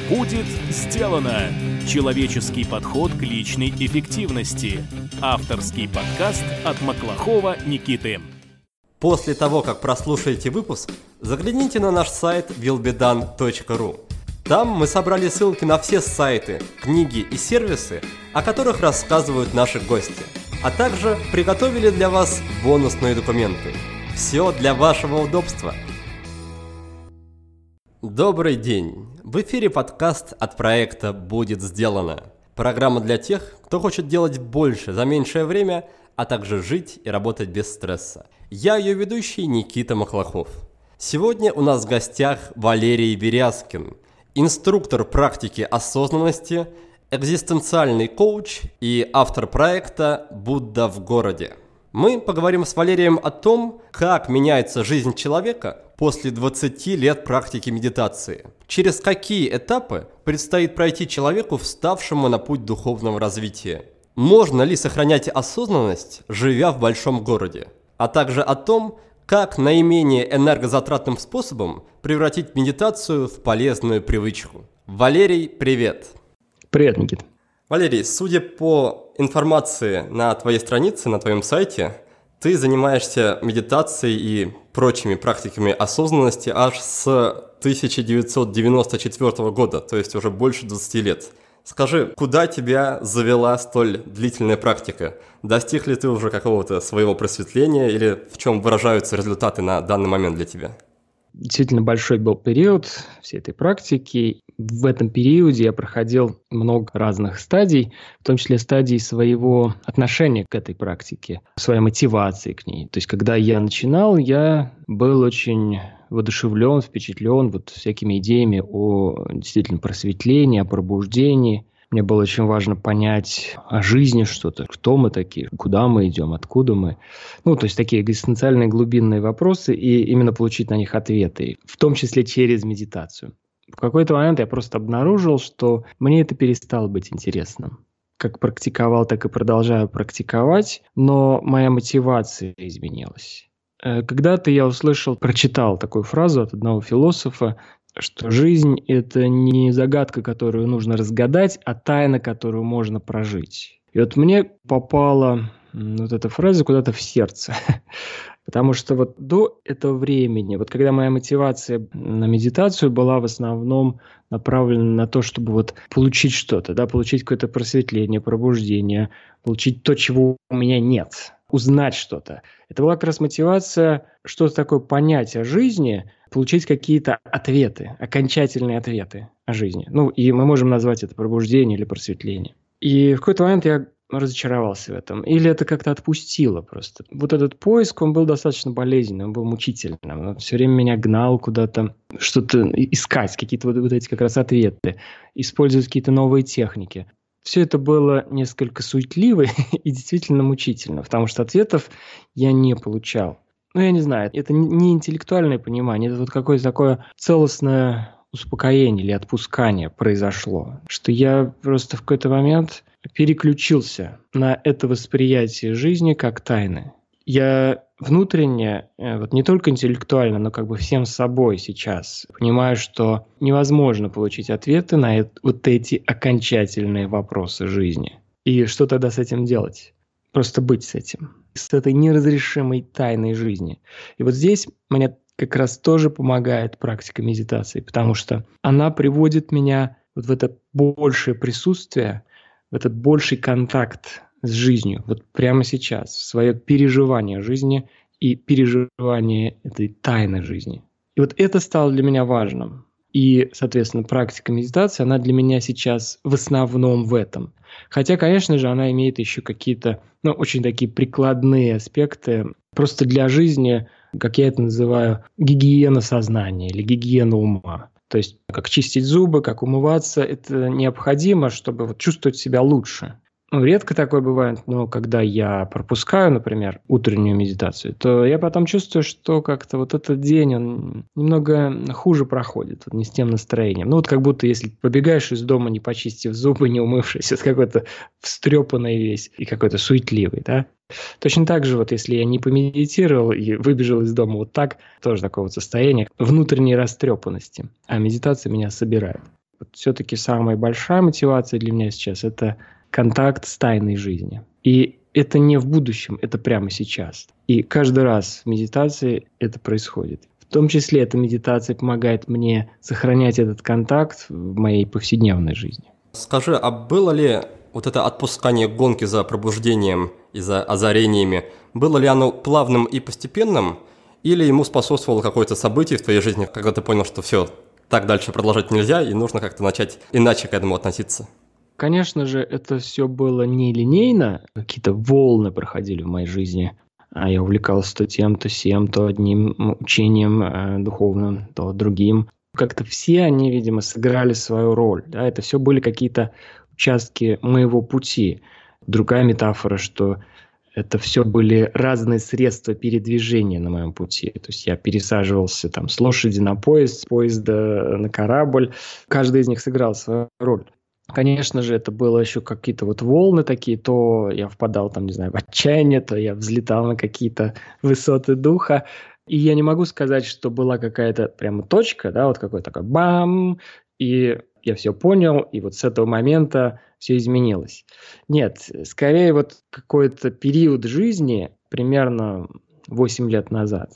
Будет сделано! Человеческий подход к личной эффективности. Авторский подкаст от Маклахова Никиты. После того, как прослушаете выпуск, загляните на наш сайт willbedone.ru. Там мы собрали ссылки на все сайты, книги и сервисы, о которых рассказывают наши гости, а также приготовили для вас бонусные документы. Все для вашего удобства. Добрый день! В эфире подкаст от проекта «Будет сделано». Программа для тех, кто хочет делать больше за меньшее время, а также жить и работать без стресса. Я ее ведущий Никита Маклахов. Сегодня у нас в гостях Валерий Березкин, инструктор практики осознанности, экзистенциальный коуч и автор проекта «Будда в городе». Мы поговорим с Валерием о том, как меняется жизнь человека после 20 лет практики медитации. Через какие этапы предстоит пройти человеку, вставшему на путь духовного развития. Можно ли сохранять осознанность, живя в большом городе? А также о том, как наименее энергозатратным способом превратить медитацию в полезную привычку. Валерий, привет! Привет, Никита. Валерий, судя по информации на твоей странице, на твоем сайте, ты занимаешься медитацией и прочими практиками осознанности аж с 1994 года, то есть уже больше 20 лет. Скажи, куда тебя завела столь длительная практика? Достиг ли ты уже какого-то своего просветления или в чем выражаются результаты на данный момент для тебя? Действительно большой был период всей этой практики. В этом периоде я проходил много разных стадий, в том числе стадий своего отношения к этой практике, своей мотивации к ней. То есть, когда я начинал, я был очень воодушевлен, впечатлен всякими идеями о действительно просветлении, о пробуждении. Мне было очень важно понять о жизни что-то, кто мы такие, куда мы идем, откуда мы. То есть такие экзистенциальные глубинные вопросы и именно получить на них ответы, в том числе через медитацию. В какой-то момент я просто обнаружил, что мне это перестало быть интересным. Как практиковал, так и продолжаю практиковать, но моя мотивация изменилась. Когда-то я прочитал такую фразу от одного философа, что жизнь – это не загадка, которую нужно разгадать, а тайна, которую можно прожить. И мне попала эта фраза куда-то в сердце. Потому что до этого времени, когда моя мотивация на медитацию была в основном направлена на то, чтобы получить что-то, получить какое-то просветление, пробуждение, получить то, чего у меня нет, узнать что-то. Это была как раз мотивация что-то такое понять о жизни, получить какие-то ответы, окончательные ответы о жизни. И мы можем назвать это пробуждение или просветление. И в какой-то момент я разочаровался в этом. Или это как-то отпустило просто. Этот поиск, он был достаточно болезненным, он был мучительным. Он все время меня гнал куда-то, что-то искать, какие-то эти как раз ответы, использовать какие-то новые техники. Все это было несколько суетливо и действительно мучительно, потому что ответов я не получал. Я не знаю, это не интеллектуальное понимание, это какое-то такое целостное успокоение или отпускание произошло, что я просто в какой-то момент переключился на это восприятие жизни как тайны. Я внутренне, не только интеллектуально, но всем собой сейчас понимаю, что невозможно получить ответы на эти окончательные вопросы жизни. И что тогда с этим делать? Просто быть с этим, с этой неразрешимой тайной жизни. И здесь мне как раз тоже помогает практика медитации, потому что она приводит меня в это большее присутствие, в этот больший контакт с жизнью, прямо сейчас, в свое переживание жизни и переживание этой тайны жизни. И это стало для меня важным. И, соответственно, практика медитации, она для меня сейчас в основном в этом. Хотя, конечно же, она имеет еще какие-то, очень такие прикладные аспекты. Просто для жизни, как я это называю, гигиена сознания или гигиена ума. То есть, как чистить зубы, как умываться, это необходимо, чтобы чувствовать себя лучше. Редко такое бывает, но когда я пропускаю, например, утреннюю медитацию, то я потом чувствую, что как-то этот день, он немного хуже проходит, не с тем настроением. Как будто если побегаешь из дома, не почистив зубы, не умывшись, это какой-то встрепанный весь и какой-то суетливый, да? Точно так же, если я не помедитировал и выбежал из дома так, тоже такого состояния внутренней растрепанности, а медитация меня собирает. все-таки самая большая мотивация для меня сейчас – это контакт с тайной жизнью. И это не в будущем, это прямо сейчас. И каждый раз в медитации это происходит. В том числе эта медитация помогает мне сохранять этот контакт в моей повседневной жизни. Скажи, а было ли вот это отпускание гонки за пробуждением и за озарениями, было ли оно плавным и постепенным, или ему способствовало какое-то событие в твоей жизни, когда ты понял, что все, так дальше продолжать нельзя, и нужно как-то начать иначе к этому относиться? Конечно же, это все было нелинейно, какие-то волны проходили в моей жизни. А я увлекался то тем, то сем, то одним учением духовным, то другим. Как-то все они, видимо, сыграли свою роль. Да? Это все были какие-то участки моего пути. Другая метафора, что это все были разные средства передвижения на моем пути. То есть я пересаживался там с лошади на поезд, с поезда на корабль. Каждый из них сыграл свою роль. Конечно же, это было еще какие-то вот волны такие, то я впадал там, не знаю, в отчаяние, то я взлетал на какие-то высоты духа. И я не могу сказать, что была какая-то прямо точка, да, вот какой-то такой бам, и я все понял, и вот с этого момента все изменилось. Нет, скорее вот какой-то период жизни, примерно 8 лет назад,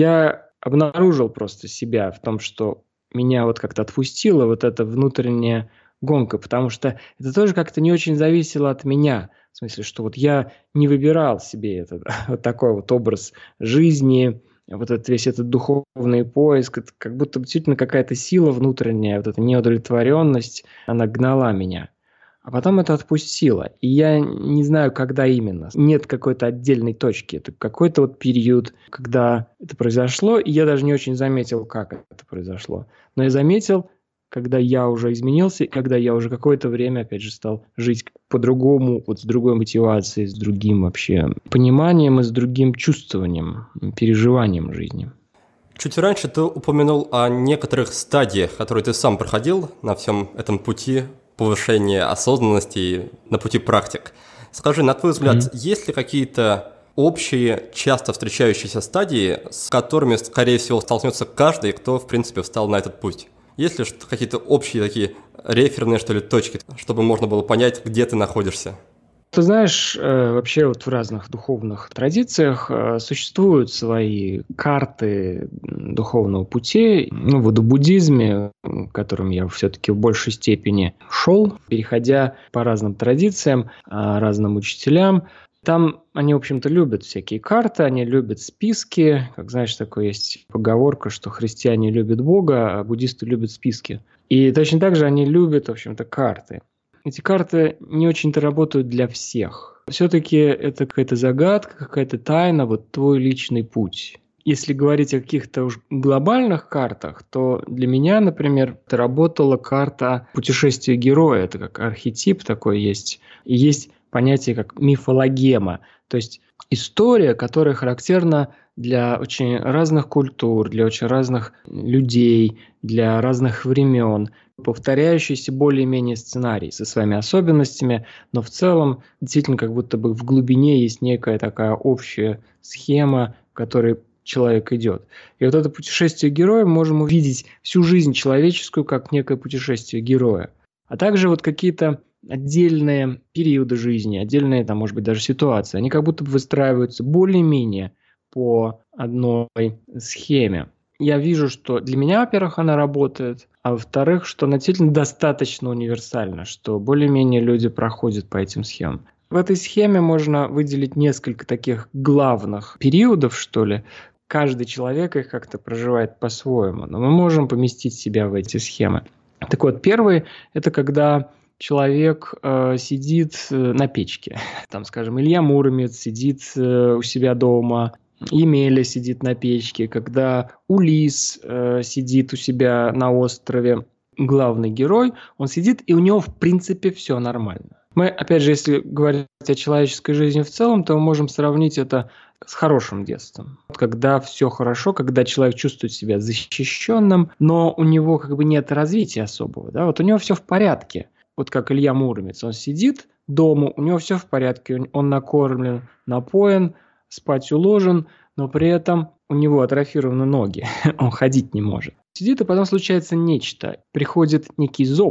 я обнаружил просто себя в том, что меня вот как-то отпустила вот эта внутренняя гонка, потому что это тоже как-то не очень зависело от меня. В смысле, что вот я не выбирал себе этот, вот такой вот образ жизни, вот этот, весь этот духовный поиск, это как будто действительно какая-то сила внутренняя, вот эта неудовлетворенность, она гнала меня. А потом это отпустило. И я не знаю, когда именно. Нет какой-то отдельной точки. Это какой-то вот период, когда это произошло, и я даже не очень заметил, как это произошло. Но я заметил, когда я уже изменился, и когда я уже какое-то время, опять же, стал жить по-другому, вот с другой мотивацией, с другим вообще пониманием и с другим чувствованием, переживанием жизни. Чуть раньше ты упомянул о некоторых стадиях, которые ты сам проходил на всем этом пути повышения осознанности и на пути практик. Скажи, на твой взгляд, есть ли какие-то общие, часто встречающиеся стадии, с которыми, скорее всего, столкнется каждый, кто, в принципе, встал на этот путь? Есть ли какие-то общие такие реферные, что ли, точки, чтобы можно было понять, где ты находишься? Ты знаешь, вообще вот в разных духовных традициях существуют свои карты духовного пути. Ну, вот в буддизме, которым я все-таки в большей степени шел, переходя по разным традициям, разным учителям, там они, в общем-то, любят всякие карты, они любят списки. Как знаешь, такое есть поговорка, что христиане любят Бога, а буддисты любят списки. И точно так же они любят, в общем-то, карты. Эти карты не очень-то работают для всех. Все-таки это какая-то загадка, какая-то тайна, вот твой личный путь. Если говорить о каких-то уж глобальных картах, то для меня, например, это работала карта путешествия героя. Это как архетип такой есть. И есть понятие как мифологема, то есть история, которая характерна для очень разных культур, для очень разных людей, для разных времен, повторяющийся более-менее сценарий со своими особенностями, но в целом действительно как будто бы в глубине есть некая такая общая схема, в которой человек идет. И вот это путешествие героя мы можем увидеть всю жизнь человеческую как некое путешествие героя. А также вот какие-то отдельные периоды жизни, отдельные, там, может быть, даже ситуации, они как будто бы выстраиваются более-менее по одной схеме. Я вижу, что для меня, во-первых, она работает, а во-вторых, что она действительно достаточно универсальна, что более-менее люди проходят по этим схемам. В этой схеме можно выделить несколько таких главных периодов, что ли. Каждый человек их как-то проживает по-своему, но мы можем поместить себя в эти схемы. Так вот, первый – это когда человек сидит на печке. Там, скажем, Илья Муромец сидит у себя дома, Емеля сидит на печке, когда Улисс сидит у себя на острове. Главный герой, он сидит, и у него, в принципе, все нормально. Мы, опять же, если говорить о человеческой жизни в целом, то мы можем сравнить это с хорошим детством. Когда все хорошо, когда человек чувствует себя защищенным, но у него как бы нет развития особого. Да? Вот у него все в порядке. Вот как Илья Муромец, он сидит дома, у него все в порядке, он накормлен, напоен, спать уложен, но при этом у него атрофированы ноги, он ходить не может. Сидит, и потом случается нечто. Приходит некий зов,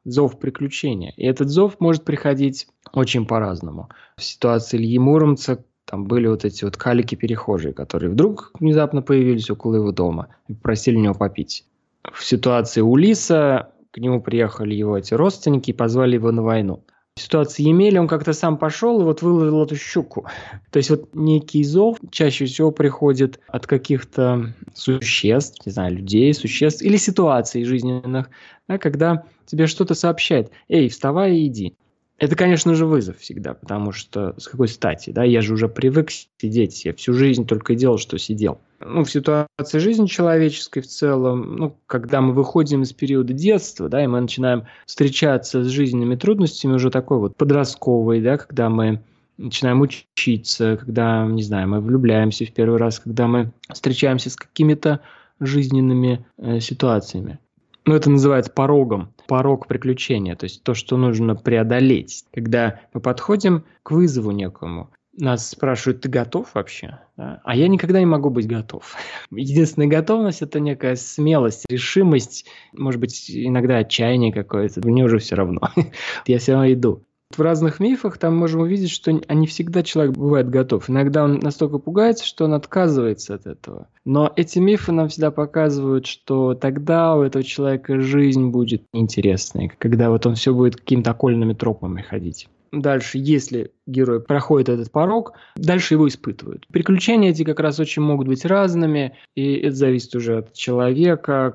зов приключения. И этот зов может приходить очень по-разному. В ситуации Ильи Муромца там были вот эти вот калики-перехожие, которые вдруг внезапно появились около его дома и попросили у него попить. В ситуации Улиса к нему приехали его эти родственники и позвали его на войну. В ситуации Емеля он как-то сам пошел и вот выловил эту щуку. То есть вот некий зов чаще всего приходит от каких-то существ, не знаю, людей, существ или ситуаций жизненных, да, когда тебе что-то сообщает: «Эй, вставай и иди». Это, конечно же, вызов всегда, потому что с какой стати, да, я же уже привык сидеть, я всю жизнь только и делал, что сидел. В ситуации жизни человеческой в целом, когда мы выходим из периода детства, да, и мы начинаем встречаться с жизненными трудностями уже такой вот подростковой, да, когда мы начинаем учиться, когда, не знаю, мы влюбляемся в первый раз, когда мы встречаемся с какими-то жизненными ситуациями. Это называется порогом, порог приключения, то есть то, что нужно преодолеть. Когда мы подходим к вызову некому, нас спрашивают: ты готов вообще? Да? А я никогда не могу быть готов. Единственная готовность – это некая смелость, решимость, может быть, иногда отчаяние какое-то. Мне уже все равно. Я все равно иду. В разных мифах там можем увидеть, что не всегда человек бывает готов. Иногда он настолько пугается, что он отказывается от этого. Но эти мифы нам всегда показывают, что тогда у этого человека жизнь будет интересной, когда вот он все будет какими-то окольными тропами ходить. Дальше, если герой проходит этот порог, дальше его испытывают. Приключения эти как раз очень могут быть разными, и это зависит уже от человека,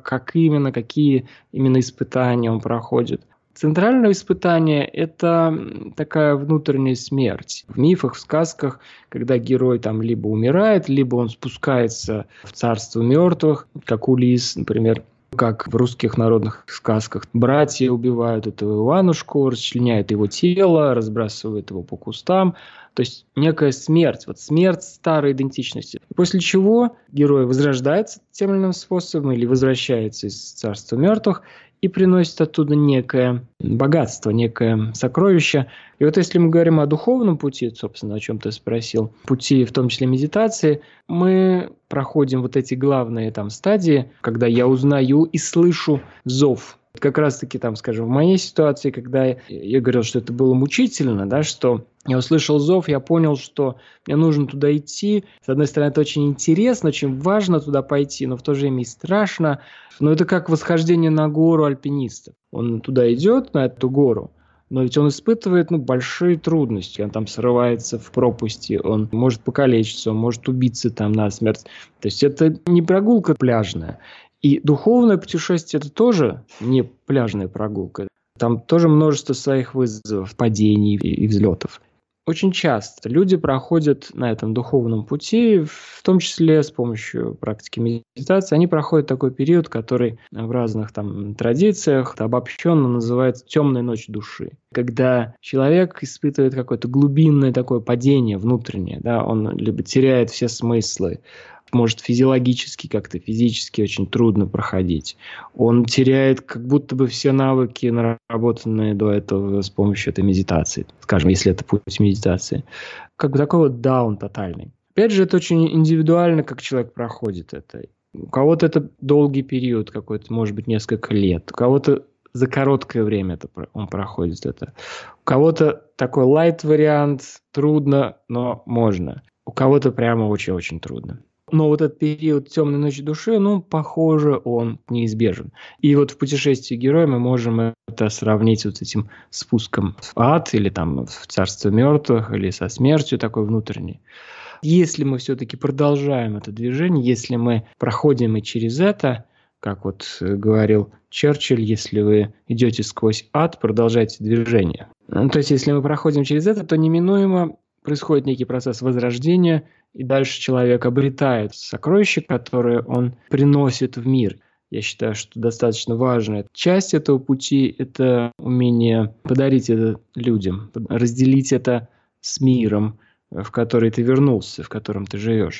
какие именно испытания он проходит. Центральное испытание – это такая внутренняя смерть. В мифах, в сказках, когда герой там либо умирает, либо он спускается в царство мертвых, как Улис, например, как в русских народных сказках. Братья убивают этого Иванушку, расчленяют его тело, разбрасывают его по кустам. То есть некая смерть, вот смерть старой идентичности. После чего герой возрождается тем или иным способом или возвращается из царства мертвых и приносит оттуда некое богатство, некое сокровище. И вот если мы говорим о духовном пути, собственно, о чем ты спросил, пути, в том числе медитации, мы проходим вот эти главные там стадии, когда я узнаю и слышу зов. Как раз-таки там, скажем, в моей ситуации, когда я говорил, что это было мучительно, да, что я услышал зов, я понял, что мне нужно туда идти. С одной стороны, это очень интересно, очень важно туда пойти, но в то же время и страшно. Но это как восхождение на гору альпиниста. Он туда идет, на эту гору, но ведь он испытывает большие трудности. Он там срывается в пропасти, он может покалечиться, он может убиться там насмерть. То есть это не прогулка пляжная. И духовное путешествие – это тоже не пляжная прогулка. Там тоже множество своих вызовов, падений и взлетов. Очень часто люди проходят на этом духовном пути, в том числе с помощью практики медитации, они проходят такой период, который в разных там традициях обобщенно называется «темная ночь души». Когда человек испытывает какое-то глубинное такое падение внутреннее, да, он либо теряет все смыслы, может физиологически как-то, физически очень трудно проходить. Он теряет как будто бы все навыки, наработанные до этого с помощью этой медитации. Скажем, если это путь медитации. Как бы такой вот даун тотальный. Опять же, это очень индивидуально, как человек проходит это. У кого-то это долгий период какой-то, может быть, несколько лет. У кого-то за короткое время он проходит это. У кого-то такой лайт-вариант, трудно, но можно. У кого-то прямо очень-очень трудно. Но вот этот период темной ночи души, похоже, он неизбежен. И вот в путешествии героя мы можем это сравнить вот с этим спуском в ад или там в царство мертвых, или со смертью такой внутренней. Если мы все-таки продолжаем это движение, если мы проходим и через это, как вот говорил Черчилль, если вы идете сквозь ад, продолжайте движение. То есть, если мы проходим через это, то неминуемо происходит некий процесс возрождения, и дальше человек обретает сокровища, которые он приносит в мир. Я считаю, что достаточно важная часть этого пути – это умение подарить это людям, разделить это с миром, в который ты вернулся, в котором ты живешь.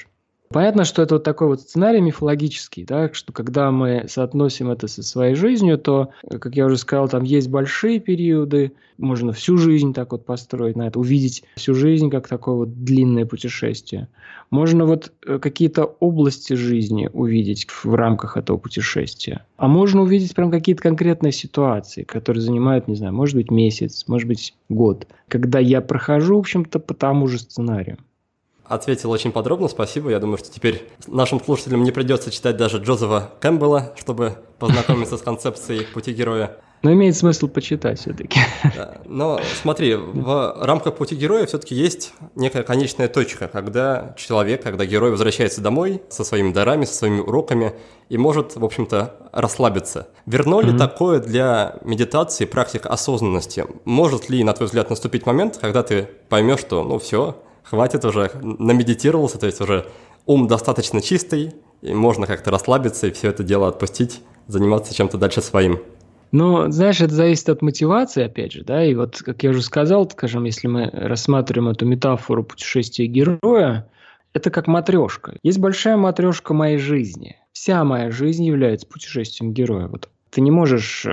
Понятно, что это вот такой вот сценарий мифологический, да, что когда мы соотносим это со своей жизнью, то, как я уже сказал, там есть большие периоды, можно всю жизнь так вот построить на это, увидеть всю жизнь как такое вот длинное путешествие. Можно вот какие-то области жизни увидеть в рамках этого путешествия. А можно увидеть прям какие-то конкретные ситуации, которые занимают, не знаю, может быть месяц, может быть год, когда я прохожу, в общем-то, по тому же сценарию. Ответил очень подробно, спасибо. Я думаю, что теперь нашим слушателям не придется читать даже Джозефа Кэмпбелла, чтобы познакомиться с концепцией пути героя. Но имеет смысл почитать все-таки. Да. Но смотри, в рамках пути героя все-таки есть некая конечная точка, когда герой возвращается домой со своими дарами, со своими уроками и может, в общем-то, расслабиться. Верно ли такое для медитации, практик осознанности? Может ли, на твой взгляд, наступить момент, когда ты поймешь, что, все, хватит уже, намедитировался, то есть уже ум достаточно чистый, и можно как-то расслабиться и все это дело отпустить, заниматься чем-то дальше своим? Но, знаешь, это зависит от мотивации, опять же, да, и вот, как я уже сказал, скажем, если мы рассматриваем эту метафору путешествия героя, это как матрешка. Есть большая матрешка моей жизни. Вся моя жизнь является путешествием героя. Вот ты не можешь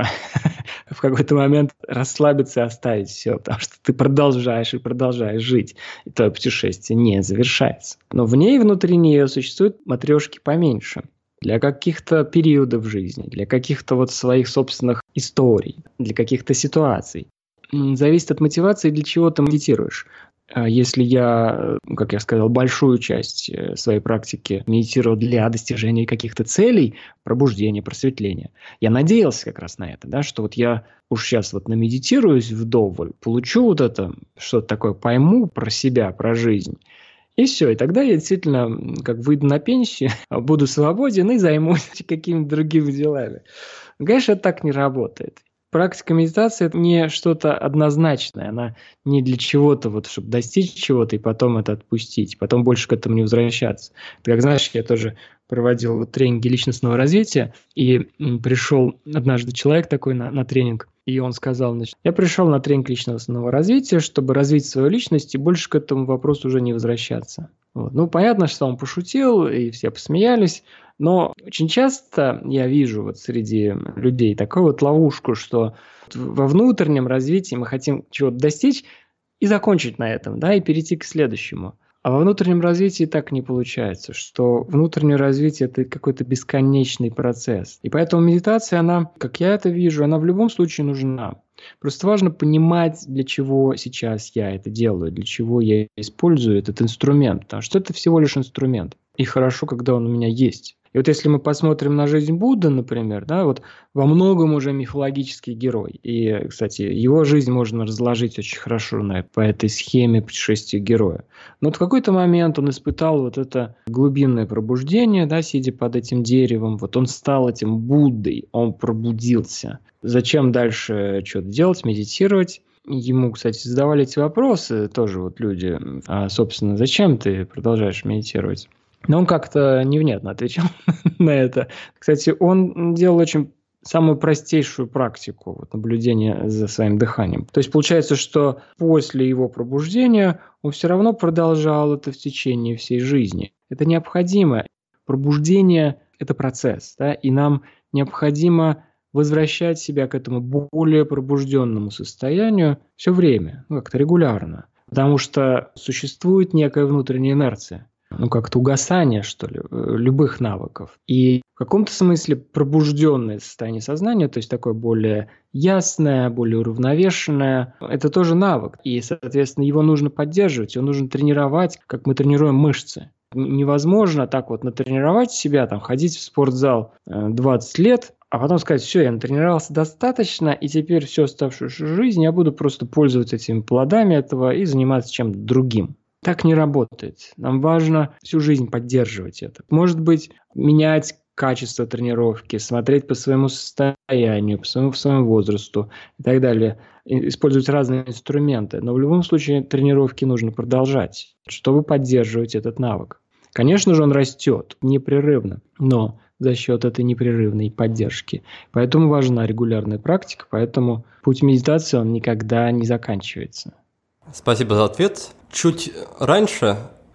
в какой-то момент расслабиться и оставить все, потому что ты продолжаешь и продолжаешь жить, и твое путешествие не завершается. Но в ней, внутри нее существуют матрешки поменьше. Для каких-то периодов жизни, для каких-то вот своих собственных историй, для каких-то ситуаций. Зависит от мотивации, для чего ты медитируешь. Если я, как я сказал, большую часть своей практики медитировал для достижения каких-то целей, пробуждения, просветления, я надеялся как раз на это, да, что вот я уж сейчас вот намедитируюсь вдоволь, получу вот это, что-то такое пойму про себя, про жизнь. И все, и тогда я действительно как выйду на пенсию, буду свободен и займусь какими-то другими делами. Конечно, это так не работает. Практика медитации – это не что-то однозначное, она не для чего-то, вот, чтобы достичь чего-то и потом это отпустить, потом больше к этому не возвращаться. Ты, как знаешь, я тоже проводил вот тренинги личностного развития, и пришел однажды человек такой на тренинг, и он сказал, значит, я пришел на тренинг личностного развития, чтобы развить свою личность и больше к этому вопросу уже не возвращаться. Вот. Ну, понятно, что он пошутил, и все посмеялись, но очень часто я вижу вот среди людей такую вот ловушку, что во внутреннем развитии мы хотим чего-то достичь и закончить на этом, да, и перейти к следующему. А во внутреннем развитии так не получается, что внутреннее развитие – это какой-то бесконечный процесс. И поэтому медитация, она, как я это вижу, она в любом случае нужна. Просто важно понимать, для чего сейчас я это делаю, для чего я использую этот инструмент, потому что это всего лишь инструмент. И хорошо, когда он у меня есть. И вот если мы посмотрим на жизнь Будды, например, да, вот во многом уже мифологический герой. И, кстати, его жизнь можно разложить очень хорошо по этой схеме путешествия героя. Но вот в какой-то момент он испытал вот это глубинное пробуждение, да, сидя под этим деревом. Вот он стал этим Буддой, он пробудился. Зачем дальше что-то делать, медитировать? Ему, кстати, задавали эти вопросы тоже вот люди. А, собственно, зачем ты продолжаешь медитировать? Но он как-то невнятно отвечал на это. Кстати, он делал самую простейшую практику вот, наблюдения за своим дыханием. То есть получается, что после его пробуждения он все равно продолжал это в течение всей жизни. Это необходимо. Пробуждение – это процесс, да, и нам необходимо возвращать себя к этому более пробужденному состоянию все время, как-то регулярно. Потому что существует некая внутренняя инерция. Как-то угасание, что ли, любых навыков. И в каком-то смысле пробужденное состояние сознания, то есть такое более ясное, более уравновешенное, это тоже навык. И, соответственно, его нужно поддерживать, его нужно тренировать, как мы тренируем мышцы. Невозможно так вот натренировать себя, ходить в спортзал 20 лет, а потом сказать, все, я натренировался достаточно, и теперь всю оставшуюся жизнь я буду просто пользоваться этими плодами этого и заниматься чем-то другим. Так не работает. Нам важно всю жизнь поддерживать это. Может быть, менять качество тренировки, смотреть по своему состоянию, по своему возрасту и так далее. Использовать разные инструменты. Но в любом случае тренировки нужно продолжать, чтобы поддерживать этот навык. Конечно же, он растет непрерывно, но за счет этой непрерывной поддержки. Поэтому важна регулярная практика, поэтому путь медитации, он никогда не заканчивается. Спасибо за ответ. Чуть раньше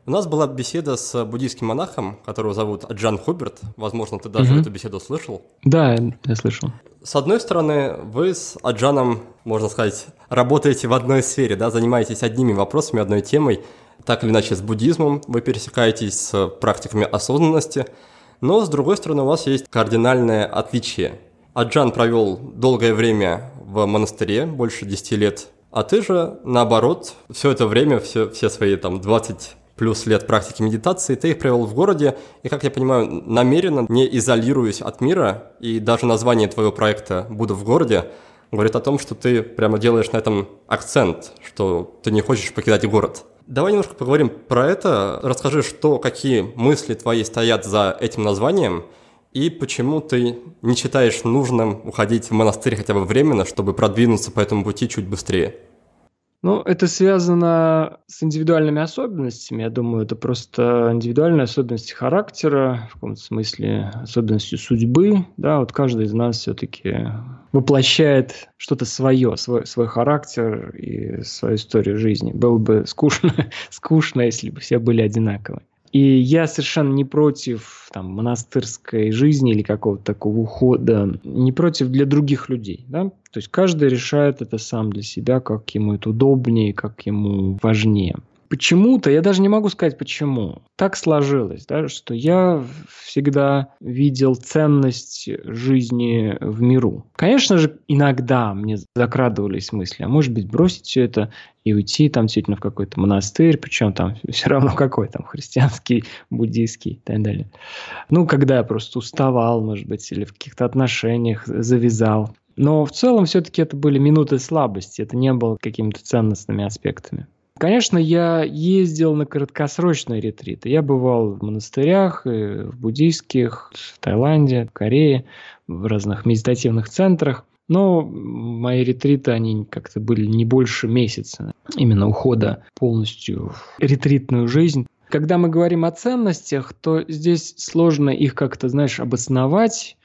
У нас была беседа с буддийским монахом, которого зовут Аджан Хуберт. Возможно, ты даже эту беседу слышал. Да, я слышал. С одной стороны, вы с Аджаном, можно сказать, работаете в одной сфере, да, занимаетесь одними вопросами, одной темой. Так или иначе, с буддизмом вы пересекаетесь с практиками осознанности. Но, с другой стороны, у вас есть кардинальное отличие. Аджан провел долгое время в монастыре, больше 10 лет, а ты же, наоборот, все это время, все свои 20 плюс лет практики медитации, ты их провел в городе, и, как я понимаю, намеренно не изолируясь от мира, и даже название твоего проекта «Будда в городе» говорит о том, что ты прямо делаешь на этом акцент, что ты не хочешь покидать город. Давай немножко поговорим про это. Расскажи, какие мысли твои стоят за этим названием, и почему ты не считаешь нужным уходить в монастырь хотя бы временно, чтобы продвинуться по этому пути чуть быстрее? Это связано с индивидуальными особенностями. Я думаю, это просто индивидуальные особенности характера, в каком-то смысле особенности судьбы. Да, вот каждый из нас все-таки воплощает что-то свое, свой характер и свою историю жизни. Было бы скучно, если бы все были одинаковы. И я совершенно не против монастырской жизни или какого-то такого ухода, не против для других людей. Да? То есть каждый решает это сам для себя, как ему это удобнее, как ему важнее. Почему-то, я даже не могу сказать почему, так сложилось, да, что я всегда видел ценность жизни в миру. Конечно же, иногда мне закрадывались мысли, а может быть бросить все это и уйти действительно в какой-то монастырь, причем все равно какой христианский, буддийский и так далее. Когда я просто уставал, может быть, или в каких-то отношениях завязал. Но в целом все-таки это были минуты слабости, это не было какими-то ценностными аспектами. Конечно, я ездил на краткосрочные ретриты. Я бывал в монастырях, и в буддийских, в Таиланде, в Корее, в разных медитативных центрах. Но мои ретриты, они как-то были не больше месяца. Именно ухода полностью в ретритную жизнь. Когда мы говорим о ценностях, то здесь сложно их как-то, обосновать,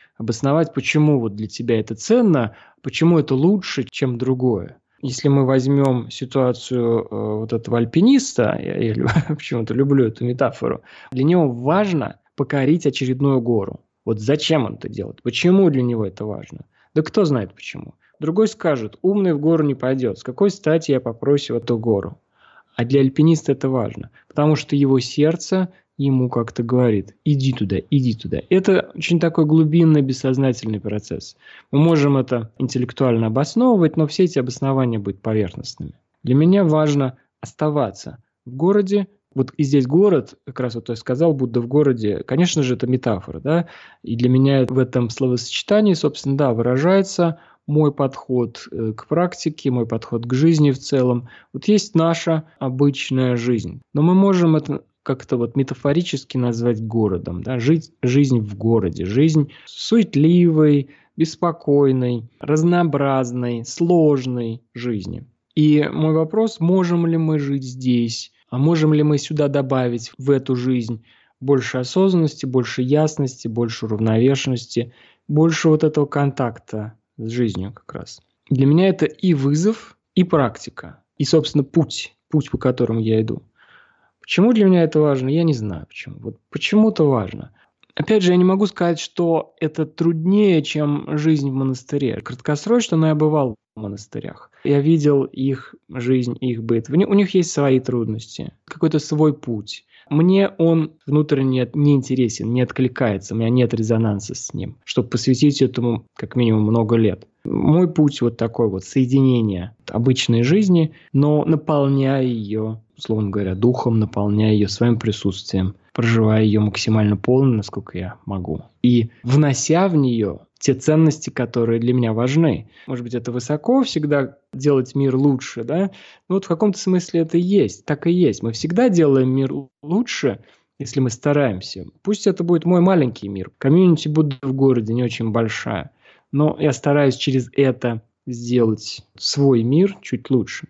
почему для тебя это ценно, почему это лучше, чем другое. Если мы возьмем ситуацию этого альпиниста, я почему-то люблю эту метафору, для него важно покорить очередную гору. Зачем он это делает? Почему для него это важно? Да кто знает почему. Другой скажет, умный в гору не пойдет. С какой стати я попрось в эту гору? А для альпиниста это важно, потому что его сердце ему как-то говорит, иди туда, иди туда. Это очень такой глубинный, бессознательный процесс. Мы можем это интеллектуально обосновывать, но все эти обоснования будут поверхностными. Для меня важно оставаться в городе. И здесь город, как раз я сказал, Будда в городе, конечно же, это метафора, да, и для меня в этом словосочетании, собственно, да, выражается мой подход к практике, мой подход к жизни в целом. Есть наша обычная жизнь, но мы можем это как-то метафорически назвать городом, да, жизнь в городе, жизнь суетливой, беспокойной, разнообразной, сложной жизни. И мой вопрос, можем ли мы жить здесь, а можем ли мы сюда добавить в эту жизнь больше осознанности, больше ясности, больше уравновешенности, больше этого контакта с жизнью как раз. Для меня это и вызов, и практика, и, собственно, путь, по которому я иду. Почему для меня это важно? Я не знаю почему. Почему-то важно. Опять же, я не могу сказать, что это труднее, чем жизнь в монастыре. Краткосрочно, но я бывал в монастырях. Я видел их жизнь, их быт. У них есть свои трудности, какой-то свой путь. Мне он внутренне не интересен, не откликается, у меня нет резонанса с ним, чтобы посвятить этому как минимум много лет. Мой путь такой соединение обычной жизни, но наполняя ее, условно говоря, духом, наполняя ее своим присутствием, проживая ее максимально полно, насколько я могу. И внося в нее те ценности, которые для меня важны. Может быть, это высоко всегда делать мир лучше, да? Но в каком-то смысле это и есть, так и есть. Мы всегда делаем мир лучше, если мы стараемся. Пусть это будет мой маленький мир. Комьюнити Будды в городе не очень большая. Но я стараюсь через это сделать свой мир чуть лучше.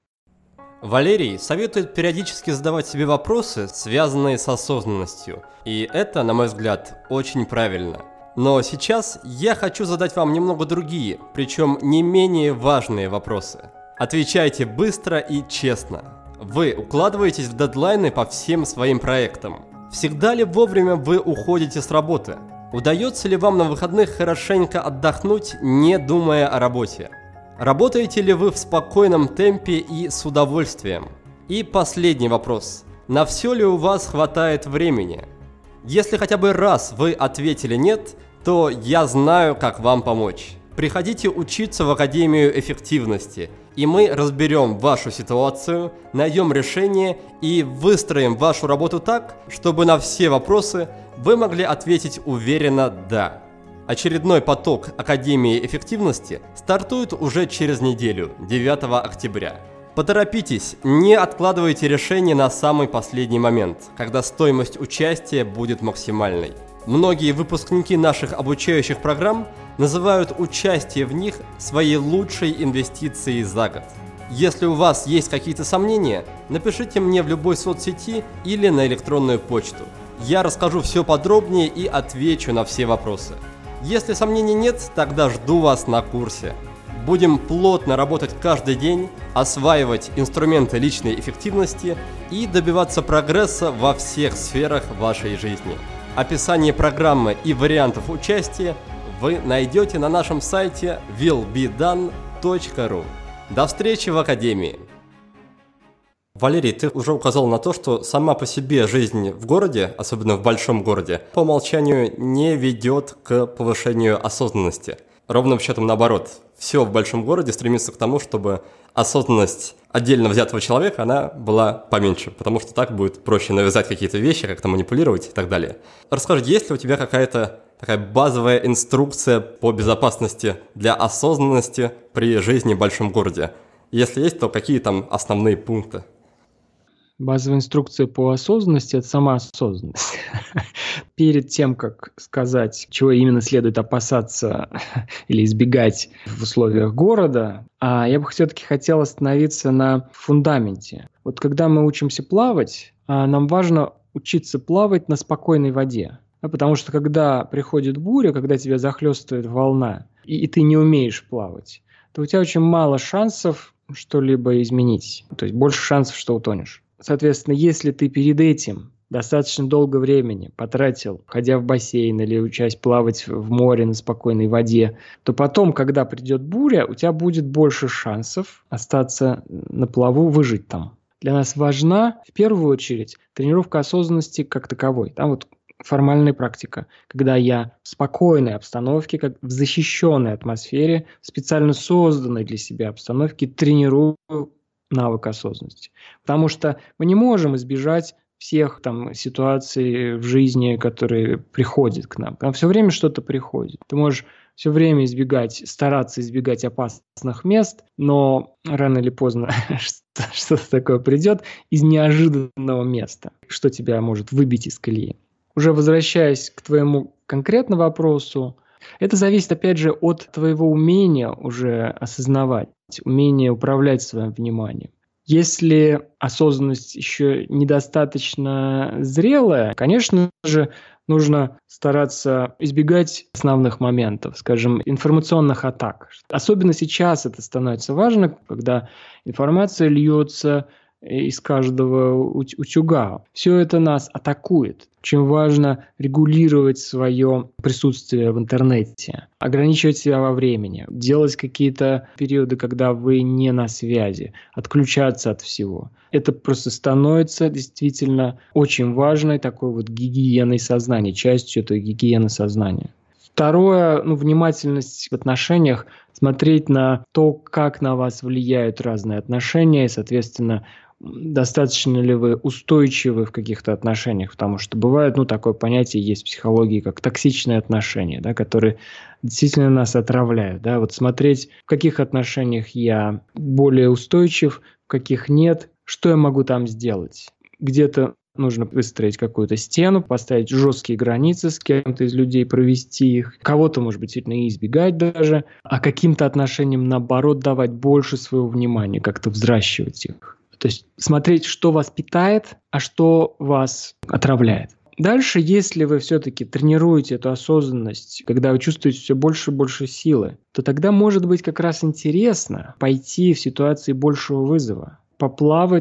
Валерий советует периодически задавать себе вопросы, связанные с осознанностью. И это, на мой взгляд, очень правильно. Но сейчас я хочу задать вам немного другие, причем не менее важные вопросы. Отвечайте быстро и честно. Вы укладываетесь в дедлайны по всем своим проектам? Всегда ли вовремя вы уходите с работы? Удается ли вам на выходных хорошенько отдохнуть, не думая о работе? Работаете ли вы в спокойном темпе и с удовольствием? И последний вопрос. На все ли у вас хватает времени? Если хотя бы раз вы ответили «нет», то я знаю, как вам помочь. Приходите учиться в Академию эффективности, и мы разберем вашу ситуацию, найдем решение и выстроим вашу работу так, чтобы на все вопросы вы могли ответить уверенно «да». Очередной поток Академии эффективности стартует уже через неделю, 9 октября. Поторопитесь, не откладывайте решение на самый последний момент, когда стоимость участия будет максимальной. Многие выпускники наших обучающих программ называют участие в них своей лучшей инвестицией за год. Если у вас есть какие-то сомнения, напишите мне в любой соцсети или на электронную почту. Я расскажу все подробнее и отвечу на все вопросы. Если сомнений нет, тогда жду вас на курсе. Будем плотно работать каждый день, осваивать инструменты личной эффективности и добиваться прогресса во всех сферах вашей жизни. Описание программы и вариантов участия вы найдете на нашем сайте willbedone.ru. До встречи в Академии! Валерий, ты уже указал на то, что сама по себе жизнь в городе, особенно в большом городе, по умолчанию не ведет к повышению осознанности. Ровным счетом наоборот. Все в большом городе стремится к тому, чтобы осознанность отдельно взятого человека, она была поменьше, потому что так будет проще навязать какие-то вещи, как-то манипулировать и так далее. Расскажи, есть ли у тебя какая-то такая базовая инструкция по безопасности для осознанности при жизни в большом городе? Если есть, то какие там основные пункты? Базовая инструкция по осознанности – это сама осознанность. Перед тем, как сказать, чего именно следует опасаться или избегать в условиях города, я бы все-таки хотел остановиться на фундаменте. Вот когда мы учимся плавать, нам важно учиться плавать на спокойной воде. Потому что когда приходит буря, когда тебя захлестывает волна, и ты не умеешь плавать, то у тебя очень мало шансов что-либо изменить. То есть больше шансов, что утонешь. Соответственно, если ты перед этим достаточно долго времени потратил, ходя в бассейн или учась плавать в море на спокойной воде, то потом, когда придет буря, у тебя будет больше шансов остаться на плаву, выжить там. Для нас важна, в первую очередь, тренировка осознанности как таковой. Там вот формальная практика, когда я в спокойной обстановке, как в защищенной атмосфере, в специально созданной для себя обстановке тренирую навык осознанности. Потому что мы не можем избежать всех там ситуаций в жизни, которые приходят к нам. Там все время что-то приходит. Ты можешь все время стараться избегать опасных мест, но рано или поздно что-то такое придет из неожиданного места, что тебя может выбить из колеи. Уже возвращаясь к твоему конкретному вопросу, это зависит, опять же, от твоего умения уже осознавать, умения управлять своим вниманием. Если осознанность еще недостаточно зрелая, конечно же, нужно стараться избегать основных моментов, скажем, информационных атак. Особенно сейчас это становится важно, когда информация льется из каждого утюга. Все это нас атакует. Очень важно регулировать свое присутствие в интернете, ограничивать себя во времени, делать какие-то периоды, когда вы не на связи, отключаться от всего. Это просто становится действительно очень важной такой вот гигиеной сознания, частью этой гигиены сознания. Второе, внимательность в отношениях, смотреть на то, как на вас влияют разные отношения, и, соответственно, достаточно ли вы устойчивы в каких-то отношениях, потому что бывает, такое понятие есть в психологии, как токсичные отношения, да, которые действительно нас отравляют. Да. Вот смотреть, в каких отношениях я более устойчив, в каких нет, что я могу там сделать. Где-то нужно выстроить какую-то стену, поставить жесткие границы с кем-то из людей, провести их. Кого-то, может быть, сильно избегать даже, а каким-то отношениям, наоборот, давать больше своего внимания, как-то взращивать их. То есть смотреть, что вас питает, а что вас отравляет. Дальше, если вы все-таки тренируете эту осознанность, когда вы чувствуете все больше и больше силы, то тогда может быть как раз интересно пойти в ситуации большего вызова, поплавать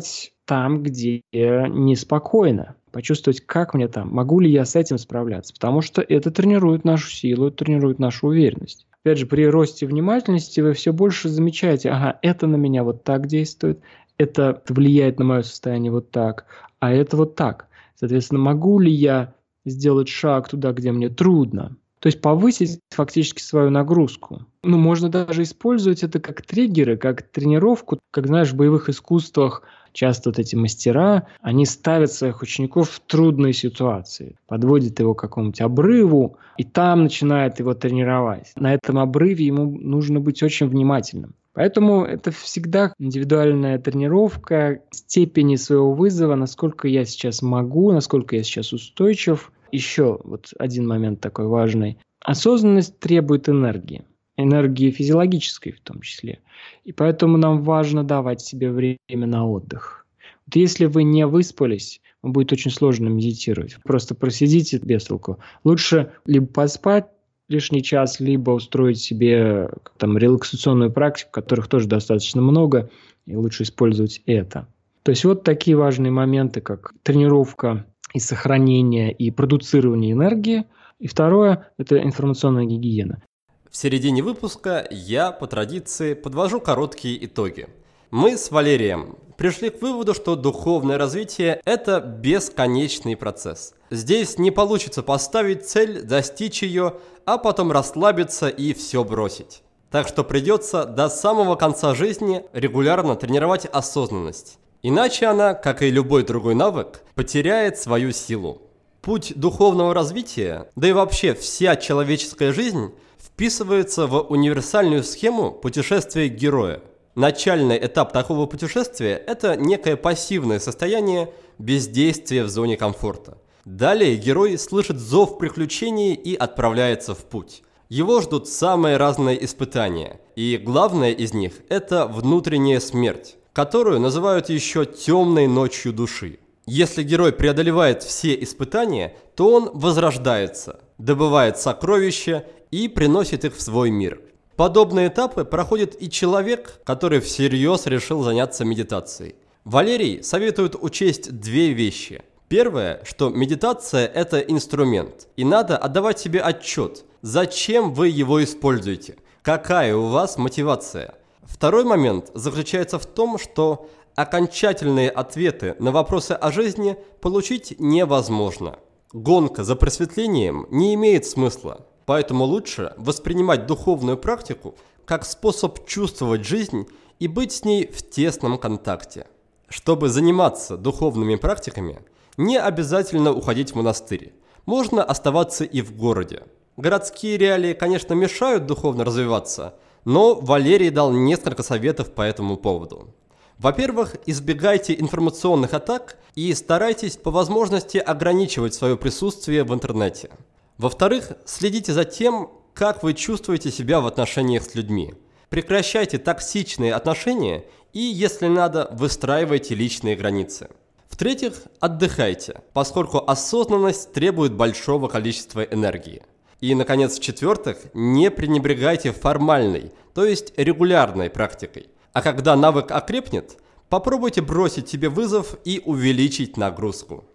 там, где неспокойно. Почувствовать, как мне там, могу ли я с этим справляться. Потому что это тренирует нашу силу, это тренирует нашу уверенность. Опять же, при росте внимательности вы все больше замечаете, ага, это на меня вот так действует, это влияет на мое состояние вот так, а это вот так. Соответственно, могу ли я сделать шаг туда, где мне трудно? То есть повысить фактически свою нагрузку. Можно даже использовать это как триггеры, как тренировку. Как знаешь, в боевых искусствах часто вот эти мастера, они ставят своих учеников в трудные ситуации. Подводят его к какому-нибудь обрыву, и там начинают его тренировать. На этом обрыве ему нужно быть очень внимательным. Поэтому это всегда индивидуальная тренировка степени своего вызова, насколько я сейчас могу, насколько я сейчас устойчив. Еще вот один момент такой важный. Осознанность требует энергии физиологической в том числе. И поэтому нам важно давать себе время на отдых. Вот если вы не выспались, вам будет очень сложно медитировать. Просто просидите без толку. Лучше либо поспать лишний час, либо устроить себе релаксационную практику, которых тоже достаточно много, и лучше использовать это. То есть вот такие важные моменты, как тренировка и сохранение, и продуцирование энергии. И второе – это информационная гигиена. В середине выпуска я, по традиции, подвожу короткие итоги. Мы с Валерием пришли к выводу, что духовное развитие – это бесконечный процесс. Здесь не получится поставить цель, достичь ее, а потом расслабиться и все бросить. Так что придется до самого конца жизни регулярно тренировать осознанность. Иначе она, как и любой другой навык, потеряет свою силу. Путь духовного развития, да и вообще вся человеческая жизнь, вписывается в универсальную схему путешествия героя. Начальный этап такого путешествия – это некое пассивное состояние бездействия в зоне комфорта. Далее герой слышит зов приключений и отправляется в путь. Его ждут самые разные испытания, и главное из них – это внутренняя смерть, которую называют еще темной ночью души. Если герой преодолевает все испытания, то он возрождается, добывает сокровища и приносит их в свой мир. Подобные этапы проходит и человек, который всерьез решил заняться медитацией. Валерий советует учесть две вещи. Первое, что медитация – это инструмент, и надо отдавать себе отчет, зачем вы его используете, какая у вас мотивация. Второй момент заключается в том, что окончательные ответы на вопросы о жизни получить невозможно. Гонка за просветлением не имеет смысла, поэтому лучше воспринимать духовную практику как способ чувствовать жизнь и быть с ней в тесном контакте. Чтобы заниматься духовными практиками, не обязательно уходить в монастырь. Можно оставаться и в городе. Городские реалии, конечно, мешают духовно развиваться, но Валерий дал несколько советов по этому поводу. Во-первых, избегайте информационных атак и старайтесь по возможности ограничивать свое присутствие в интернете. Во-вторых, следите за тем, как вы чувствуете себя в отношениях с людьми. Прекращайте токсичные отношения и, если надо, выстраивайте личные границы. В-третьих, отдыхайте, поскольку осознанность требует большого количества энергии. И, наконец, в-четвертых, не пренебрегайте формальной, то есть регулярной практикой. А когда навык окрепнет, попробуйте бросить себе вызов и увеличить нагрузку.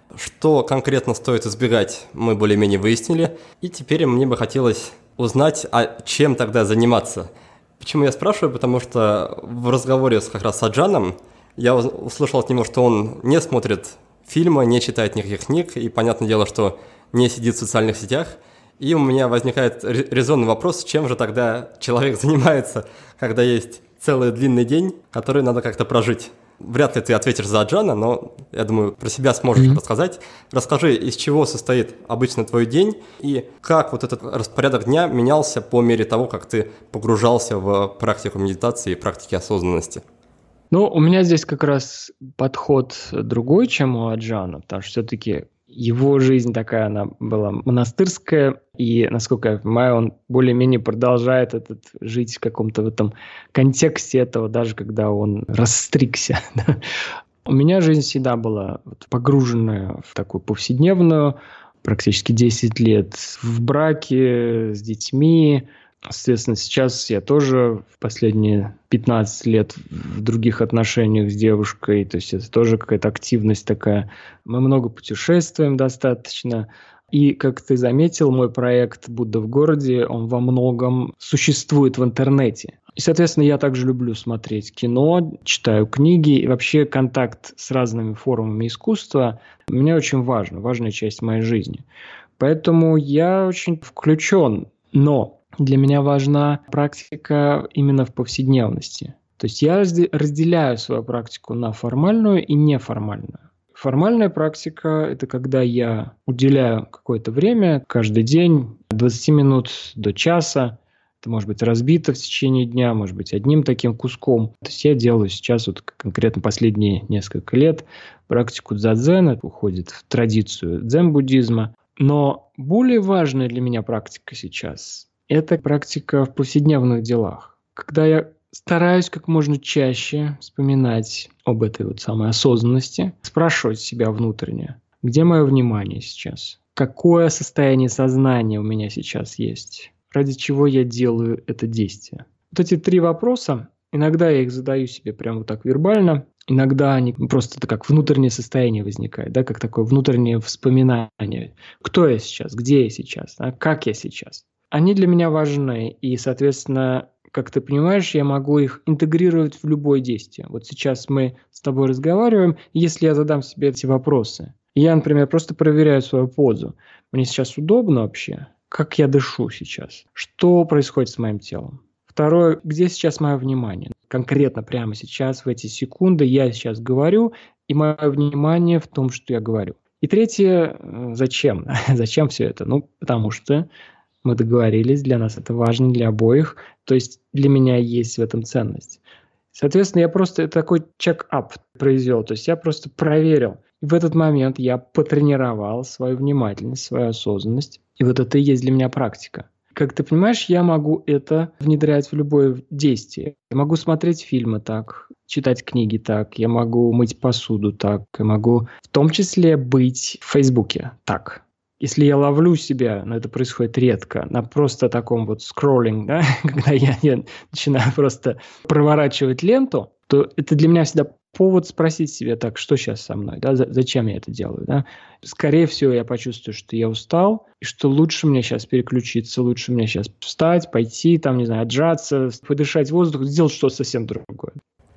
Что конкретно стоит избегать, мы более-менее выяснили. И теперь мне бы хотелось узнать, а чем тогда заниматься. Почему я спрашиваю? Потому что в разговоре как раз с Аджаном я услышал от него, что он не смотрит фильмы, не читает никаких книг, и понятное дело, что не сидит в социальных сетях. И у меня возникает резонный вопрос, чем же тогда человек занимается, когда есть целый длинный день, который надо как-то прожить. Вряд ли ты ответишь за Аджана, но я думаю, про себя сможешь рассказать. Расскажи, из чего состоит обычно твой день и как вот этот распорядок дня менялся по мере того, как ты погружался в практику медитации и практики осознанности. У меня здесь как раз подход другой, чем у Аджана, потому что все-таки его жизнь такая, она была монастырская, и, насколько я понимаю, он более-менее продолжает жить в каком-то в этом контексте этого, даже когда он расстригся. У меня жизнь всегда была погруженная в такую повседневную, практически 10 лет в браке, с детьми, Соответственно, сейчас я тоже в последние 15 лет в других отношениях с девушкой, то есть это тоже какая-то активность такая. Мы много путешествуем достаточно. И, как ты заметил, мой проект «Будда в городе», он во многом существует в интернете. И, соответственно, я также люблю смотреть кино, читаю книги, и вообще контакт с разными формами искусства мне очень важно, важная часть моей жизни. Поэтому я очень включен, но для меня важна практика именно в повседневности. То есть я разделяю свою практику на формальную и неформальную. Формальная практика – это когда я уделяю какое-то время, каждый день, от 20 минут до часа. Это может быть разбито в течение дня, может быть одним таким куском. То есть я делаю сейчас, вот конкретно последние несколько лет, практику дзадзена, уходит в традицию дзен-буддизма. Но более важная для меня практика сейчас – это практика в повседневных делах. Когда я стараюсь как можно чаще вспоминать об этой вот самой осознанности, спрашивать себя внутренне, где мое внимание сейчас, какое состояние сознания у меня сейчас есть, ради чего я делаю это действие. Вот эти 3 вопроса, иногда я их задаю себе прямо вот так вербально, иногда они просто это как внутреннее состояние возникает, да, как такое внутреннее вспоминание. Кто я сейчас, где я сейчас, да, как я сейчас. Они для меня важны, и, соответственно, как ты понимаешь, я могу их интегрировать в любое действие. Вот сейчас мы с тобой разговариваем, и если я задам себе эти вопросы, я, например, просто проверяю свою позу. Мне сейчас удобно вообще? Как я дышу сейчас? Что происходит с моим телом? Второе, где сейчас мое внимание? Конкретно прямо сейчас, в эти секунды, я сейчас говорю, и мое внимание в том, что я говорю. И третье, зачем? Зачем все это? Ну, потому что мы договорились, для нас это важно, для обоих. То есть для меня есть в этом ценность. Соответственно, я просто такой чек-ап произвел. То есть я просто проверил. И в этот момент я потренировал свою внимательность, свою осознанность. И вот это и есть для меня практика. Как ты понимаешь, я могу это внедрять в любое действие. Я могу смотреть фильмы так, читать книги так, я могу мыть посуду так, я могу в том числе быть в Фейсбуке так. Если я ловлю себя, но это происходит редко, на просто таком вот скроллинг, да, когда я начинаю просто проворачивать ленту, то это для меня всегда повод спросить себя, так, что сейчас со мной, да, зачем я это делаю, да. Скорее всего, я почувствую, что я устал, и что лучше мне сейчас переключиться, лучше мне сейчас встать, пойти, там, не знаю, отжаться, подышать воздух, сделать что-то совсем другое.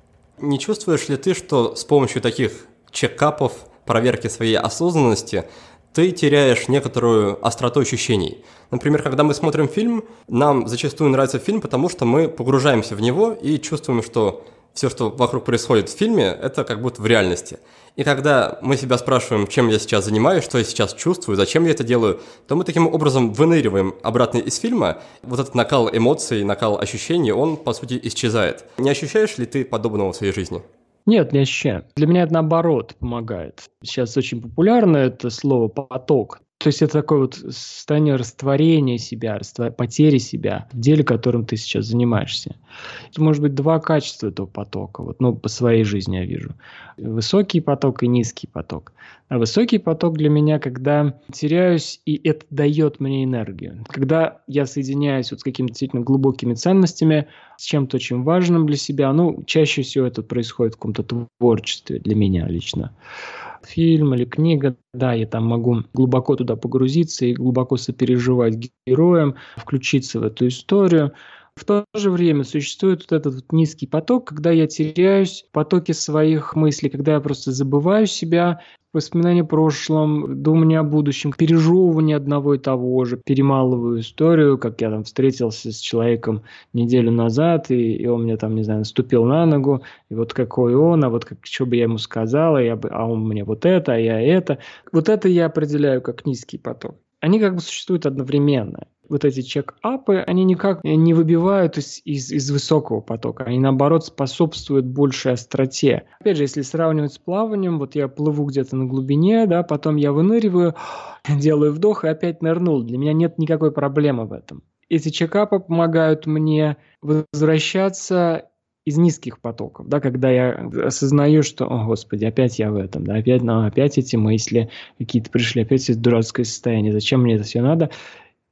Не чувствуешь ли ты, что с помощью таких чекапов, проверки своей осознанности, ты теряешь некоторую остроту ощущений? Например, когда мы смотрим фильм, нам зачастую нравится фильм, потому что мы погружаемся в него и чувствуем, что все, что вокруг происходит в фильме, это как будто в реальности. И когда мы себя спрашиваем, чем я сейчас занимаюсь, что я сейчас чувствую, зачем я это делаю, то мы таким образом выныриваем обратно из фильма. Вот этот накал эмоций, накал ощущений, он, по сути, исчезает. Не ощущаешь ли ты подобного в своей жизни? Нет, не ощущаю. Для меня это наоборот помогает. Сейчас очень популярно это слово «поток». То есть это такое вот состояние растворения себя, потери себя в деле, которым ты сейчас занимаешься. Это может быть 2 качества этого потока. Вот, по своей жизни я вижу. Высокий поток и низкий поток. А высокий поток для меня, когда теряюсь, и это дает мне энергию. Когда я соединяюсь вот с какими-то действительно глубокими ценностями, с чем-то очень важным для себя, чаще всего это происходит в каком-то творчестве для меня лично. Фильм или книга, да, я там могу глубоко туда погрузиться и глубоко сопереживать героям, включиться в эту историю. В то же время существует вот этот вот низкий поток, когда я теряюсь в потоке своих мыслей, когда я просто забываю себя, воспоминания о прошлом, думание о будущем, пережевывание одного и того же, перемалываю историю, как я там встретился с человеком неделю назад, и он мне там, не знаю, наступил на ногу, и вот какой он, а вот что бы я ему сказала, а он мне вот это, а я это. Вот это я определяю как низкий поток. Они как бы существуют одновременно. Вот эти чек-апы, они никак не выбивают из высокого потока. Они, наоборот, способствуют большей остроте. Опять же, если сравнивать с плаванием, вот я плыву где-то на глубине, да, потом я выныриваю, делаю вдох и опять нырнул. Для меня нет никакой проблемы в этом. Эти чек-апы помогают мне возвращаться из низких потоков, да, когда я осознаю, что, о, Господи, опять я в этом, да, опять эти мысли какие-то пришли, опять это дурацкое состояние, зачем мне это все надо?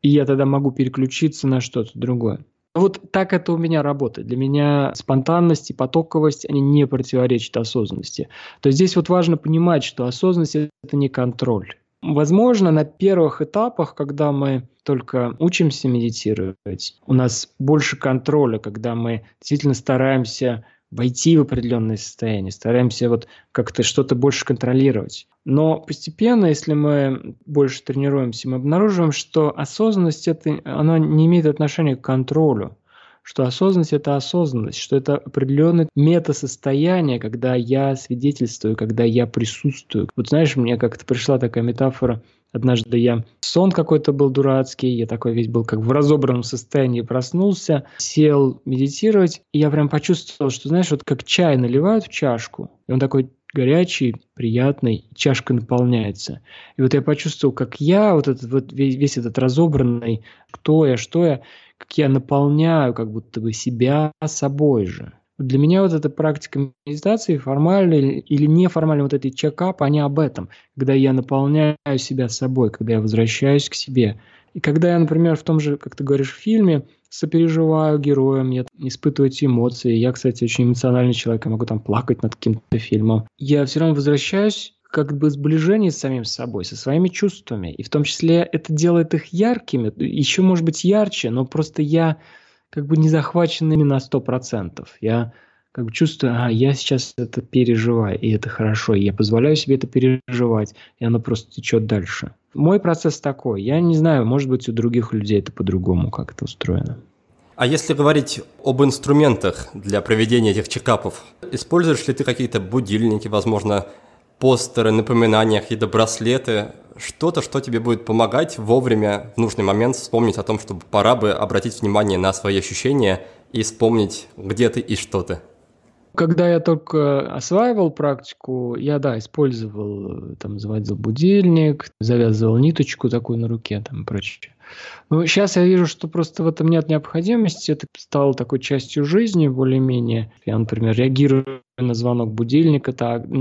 и я тогда могу переключиться на что-то другое. Вот так это у меня работает. Для меня спонтанность и потоковость, они не противоречат осознанности. То есть здесь вот важно понимать, что осознанность – это не контроль. Возможно, на первых этапах, когда мы только учимся медитировать, у нас больше контроля, когда мы действительно стараемся войти в определенное состояние, стараемся вот как-то что-то больше контролировать. Но постепенно, если мы больше тренируемся, мы обнаруживаем, что осознанность она не имеет отношения к контролю, что осознанность – это осознанность, что это определенное метасостояние, когда я свидетельствую, когда я присутствую. Вот знаешь, мне как-то пришла такая метафора. Однажды сон какой-то был дурацкий, я такой весь был как в разобранном состоянии, проснулся, сел медитировать, и я прям почувствовал, что, знаешь, вот как чай наливают в чашку, и он такой горячий, приятный, чашка наполняется. И вот я почувствовал, как я, весь этот разобранный, кто я, что я, как я наполняю как будто бы себя собой же. Для меня вот эта практика медитации, формальная или неформальная, вот этот чекап, они об этом. Когда я наполняю себя собой, когда я возвращаюсь к себе. И когда я, например, в том же, как ты говоришь, в фильме, сопереживаю героям, я испытываю эти эмоции. Я, кстати, очень эмоциональный человек, я могу там плакать над каким-то фильмом. Я все равно возвращаюсь как бы сближение с самим собой, со своими чувствами. И в том числе это делает их яркими, еще, может быть, ярче, но просто я как бы не захвачен ими на 100%. Я как бы чувствую, я сейчас это переживаю, и это хорошо, и я позволяю себе это переживать, и оно просто течет дальше. Мой процесс такой. Я не знаю, может быть, у других людей это по-другому как это устроено. А если говорить об инструментах для проведения этих чекапов, используешь ли ты какие-то будильники, возможно, постеры, напоминания, какие-то браслеты, что-то, что тебе будет помогать вовремя, в нужный момент вспомнить о том, что пора бы обратить внимание на свои ощущения и вспомнить, где ты и что ты? Когда я только осваивал практику, я, использовал, заводил будильник, завязывал ниточку такую на руке, и прочее. Но сейчас я вижу, что просто в этом нет необходимости, это стало такой частью жизни более-менее. Я, например, реагирую на звонок будильника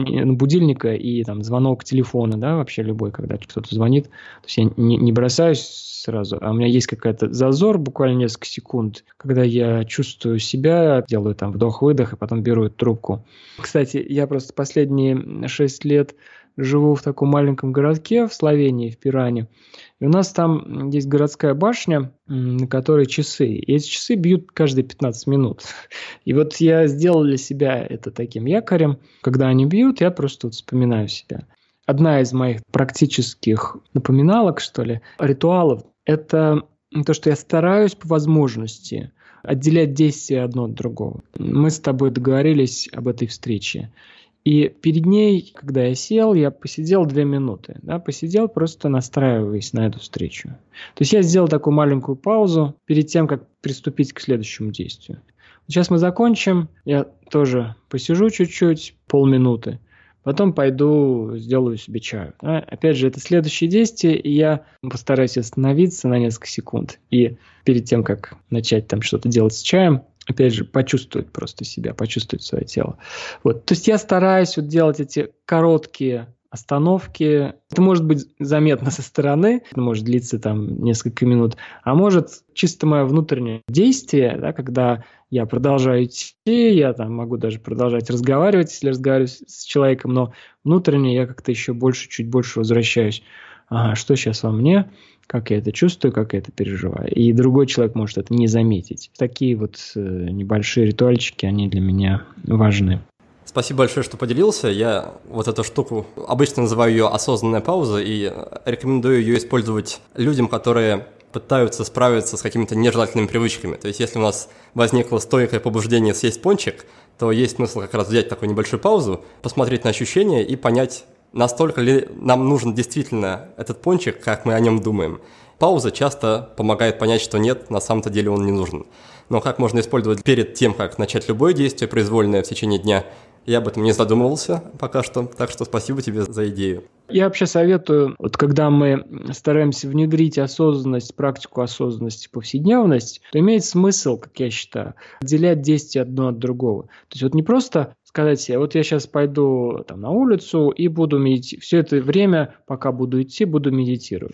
и звонок телефона, вообще любой, когда кто-то звонит. То есть я не бросаюсь сразу, а у меня есть какой-то зазор, буквально несколько секунд, когда я чувствую себя, делаю вдох-выдох, и потом беру эту трубку. Кстати, я просто последние 6 лет живу в таком маленьком городке в Словении, в Пиране. И у нас там есть городская башня, на которой часы. И эти часы бьют каждые 15 минут. И вот я сделал для себя это таким якорем. Когда они бьют, я просто вспоминаю себя. Одна из моих практических напоминалок, ритуалов, это то, что я стараюсь по возможности отделять действия одно от другого. Мы с тобой договорились об этой встрече. И перед ней, когда я сел, я посидел 2 минуты. Посидел, просто настраиваясь на эту встречу. То есть я сделал такую маленькую паузу перед тем, как приступить к следующему действию. Сейчас мы закончим. Я тоже посижу чуть-чуть, полминуты. Потом пойду, сделаю себе чаю. Опять же, это следующее действие, и я постараюсь остановиться на несколько секунд. И перед тем, как начать что-то делать с чаем, опять же, почувствовать просто себя, почувствовать свое тело. То есть я стараюсь делать эти короткие остановки. Это может быть заметно со стороны, это может длиться несколько минут, а может чисто мое внутреннее действие, когда я продолжаю идти, я могу даже продолжать разговаривать, если разговариваю с человеком, но внутренне я как-то еще чуть больше возвращаюсь. Что сейчас во мне, как я это чувствую, как я это переживаю. И другой человек может это не заметить. Такие небольшие ритуальчики, они для меня важны. Спасибо большое, что поделился. Я эту штуку обычно называю ее осознанная пауза и рекомендую ее использовать людям, которые пытаются справиться с какими-то нежелательными привычками. То есть если у нас возникло стойкое побуждение съесть пончик, то есть смысл как раз взять такую небольшую паузу, посмотреть на ощущения и понять, настолько ли нам нужен действительно этот пончик, как мы о нем думаем. Пауза часто помогает понять, что нет, на самом-то деле он не нужен. Но как можно использовать перед тем, как начать любое действие произвольное в течение дня, я об этом не задумывался пока что, так что спасибо тебе за идею. Я вообще советую, когда мы стараемся внедрить осознанность, практику осознанности, повседневность, то имеет смысл, как я считаю, отделять действия одно от другого. То есть не просто сказать себе, я сейчас пойду на улицу и буду медитировать. Все это время, пока буду идти, буду медитировать.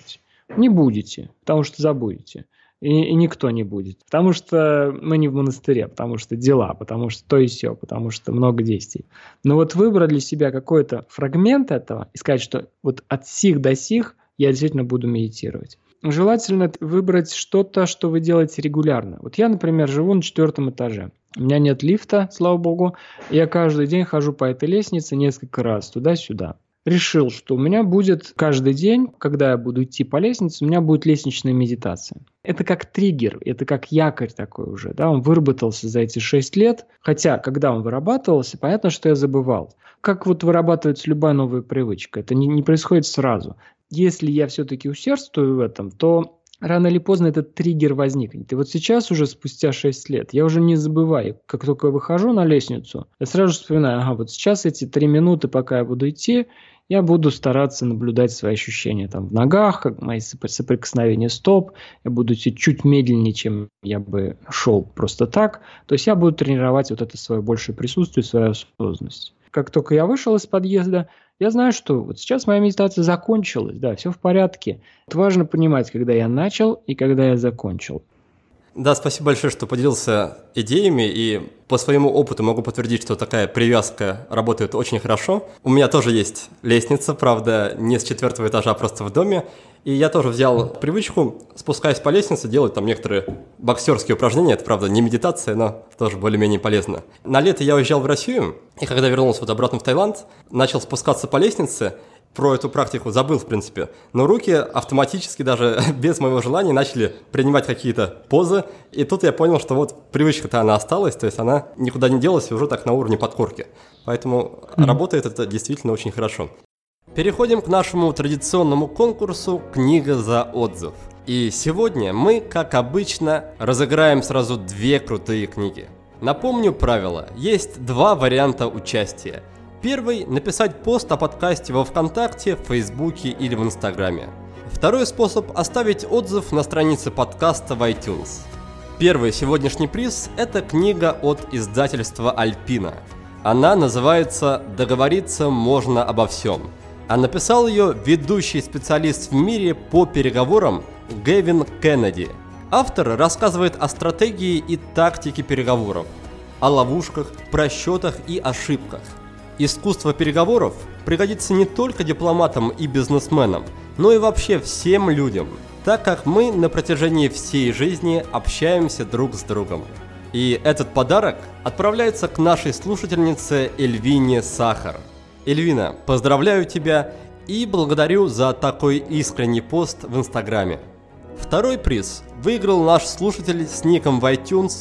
Не будете, потому что забудете. И никто не будет. Потому что мы не в монастыре, потому что дела, потому что то и сё, потому что много действий. Но вот выбрать для себя какой-то фрагмент этого и сказать, что вот от сих до сих я действительно буду медитировать. Желательно выбрать что-то, что вы делаете регулярно. Вот я, например, живу на 4 этаже. У меня нет лифта, слава богу. Я каждый день хожу по этой лестнице несколько раз, туда-сюда. Решил, что у меня будет каждый день, когда я буду идти по лестнице, у меня будет лестничная медитация. Это как триггер, это как якорь такой уже. Да? Он выработался за эти 6 лет. Хотя, когда он вырабатывался, понятно, что я забывал. Как вот вырабатывается любая новая привычка. Это не происходит сразу. Если я все-таки усердствую в этом, то рано или поздно этот триггер возникнет. И вот сейчас уже спустя 6 лет я уже не забываю. Как только я выхожу на лестницу, я сразу же вспоминаю, вот сейчас эти 3 минуты, пока я буду идти, я буду стараться наблюдать свои ощущения там в ногах, мои соприкосновения стоп. Я буду идти чуть медленнее, чем я бы шел просто так. То есть я буду тренировать вот это свое большее присутствие, свою осознанность. Как только я вышел из подъезда, я знаю, что вот сейчас моя медитация закончилась, да, все в порядке. Это важно понимать, когда я начал и когда я закончил. Да, спасибо большое, что поделился идеями, и по своему опыту могу подтвердить, что такая привязка работает очень хорошо. У меня тоже есть лестница, правда, не с 4 этажа, а просто в доме, и я тоже взял привычку, спускаясь по лестнице, делать там некоторые боксерские упражнения, это, правда, не медитация, но тоже более-менее полезно. На лето я уезжал в Россию, и когда вернулся вот обратно в Таиланд, начал спускаться по лестнице. Про эту практику забыл, в принципе, но руки автоматически, даже без моего желания, начали принимать какие-то позы, и тут я понял, что вот привычка-то она осталась, то есть она никуда не делась, и уже так на уровне подкорки. Поэтому работает это действительно очень хорошо. Переходим к нашему традиционному конкурсу «Книга за отзыв». И сегодня мы, как обычно, разыграем сразу 2 крутые книги. Напомню правила, есть 2 варианта участия. Первый – написать пост о подкасте во ВКонтакте, в Фейсбуке или в Инстаграме. Второй способ – оставить отзыв на странице подкаста в iTunes. Первый сегодняшний приз – это книга от издательства «Альпина». Она называется «Договориться можно обо всем». А написал ее ведущий специалист в мире по переговорам Гэвин Кеннеди. Автор рассказывает о стратегии и тактике переговоров, о ловушках, просчетах и ошибках. Искусство переговоров пригодится не только дипломатам и бизнесменам, но и вообще всем людям, так как мы на протяжении всей жизни общаемся друг с другом. И этот подарок отправляется к нашей слушательнице Эльвине Сахар. Эльвина, поздравляю тебя и благодарю за такой искренний пост в Инстаграме. Второй приз выиграл наш слушатель с ником в iTunes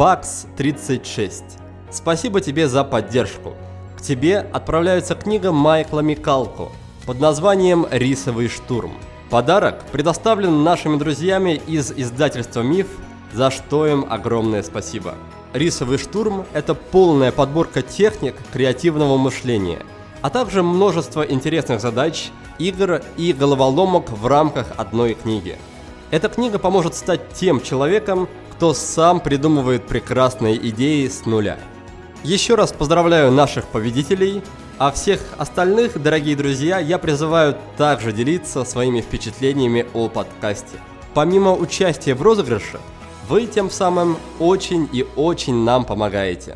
Bugs36. Спасибо тебе за поддержку. К тебе отправляется книга Майкла Микалко под названием «Рисовый штурм». Подарок предоставлен нашими друзьями из издательства «Миф», за что им огромное спасибо. «Рисовый штурм» — это полная подборка техник креативного мышления, а также множество интересных задач, игр и головоломок в рамках одной книги. Эта книга поможет стать тем человеком, кто сам придумывает прекрасные идеи с нуля. Еще раз поздравляю наших победителей, а всех остальных, дорогие друзья, я призываю также делиться своими впечатлениями о подкасте. Помимо участия в розыгрыше, вы тем самым очень и очень нам помогаете.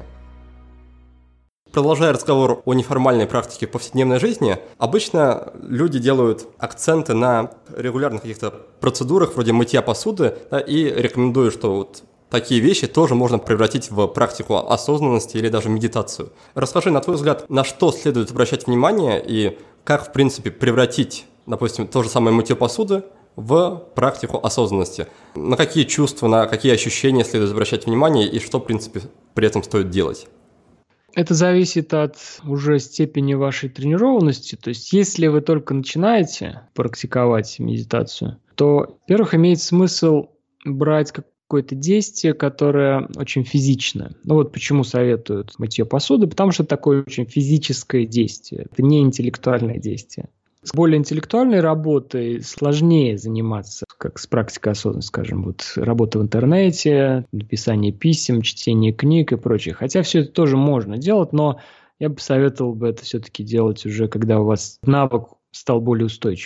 Продолжая разговор о неформальной практике в повседневной жизни, обычно люди делают акценты на регулярных каких-то процедурах вроде мытья посуды, да, и рекомендую, что вот такие вещи тоже можно превратить в практику осознанности или даже медитацию. Расскажи, на твой взгляд, на что следует обращать внимание и как, в принципе, превратить, допустим, то же самое мытье посуды в практику осознанности? На какие чувства, на какие ощущения следует обращать внимание и что, в принципе, при этом стоит делать? Это зависит от уже степени вашей тренированности. То есть, если вы только начинаете практиковать медитацию, то, во-первых, имеет смысл брать какое-то действие, которое очень физичное. Ну вот почему советуют мытье посуды, потому что это такое очень физическое действие, это не интеллектуальное действие. С более интеллектуальной работой сложнее заниматься, как с практикой осознанности, скажем, вот работа в интернете, написание писем, чтение книг и прочее. Хотя все это тоже можно делать, но я бы советовал бы это все-таки делать уже, когда у вас навык стал более устойчивым.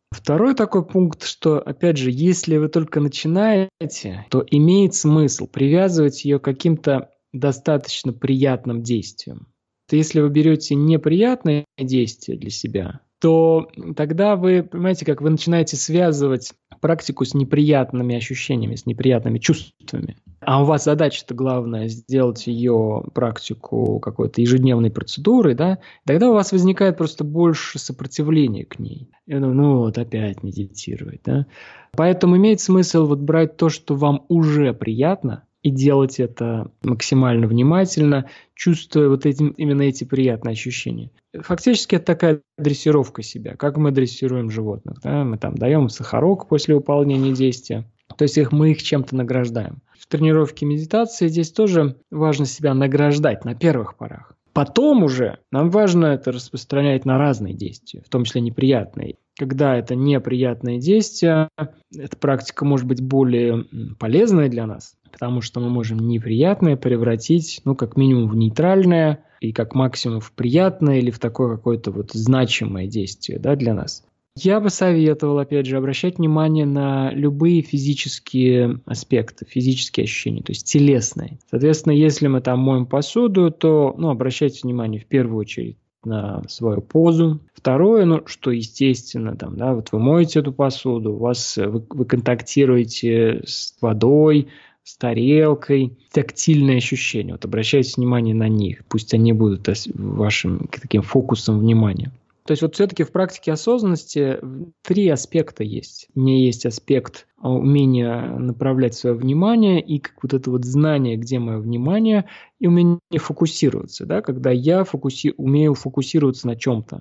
Второй такой пункт, что, опять же, если вы только начинаете, то имеет смысл привязывать ее к каким-то достаточно приятным действиям. То если вы берете неприятные действия для себя, то тогда вы, понимаете, как вы начинаете связывать практику с неприятными ощущениями, с неприятными чувствами. А у вас задача-то главная сделать ее практику какой-то ежедневной процедурой, да? Тогда у вас возникает просто больше сопротивления к ней. Ну вот опять медитировать, да? Поэтому имеет смысл вот брать то, что вам уже приятно, и делать это максимально внимательно, чувствуя вот именно эти приятные ощущения. Фактически это такая дрессировка себя, как мы дрессируем животных. Да? Мы там даем сахарок после выполнения действия, то есть мы их чем-то награждаем. В тренировке медитации здесь тоже важно себя награждать на первых порах. Потом уже нам важно это распространять на разные действия, в том числе неприятные. Когда это неприятные действия, эта практика может быть более полезной для нас, потому что мы можем неприятное превратить, как минимум в нейтральное, и как максимум в приятное или в такое какое-то вот значимое действие, да, для нас. Я бы советовал, опять же, обращать внимание на любые физические аспекты, физические ощущения, то есть телесные. Соответственно, если мы там моем посуду, то обращайте внимание в первую очередь на свою позу. Второе, что естественно, вот вы моете эту посуду, вы контактируете с водой, с тарелкой, тактильные ощущения. Вот обращайте внимание на них, пусть они будут вашим таким фокусом внимания. То есть вот все-таки в практике осознанности 3 аспекта есть. У меня есть аспект умения направлять свое внимание и как вот это вот знание, где мое внимание, и умение фокусироваться, да, когда я умею фокусироваться на чем-то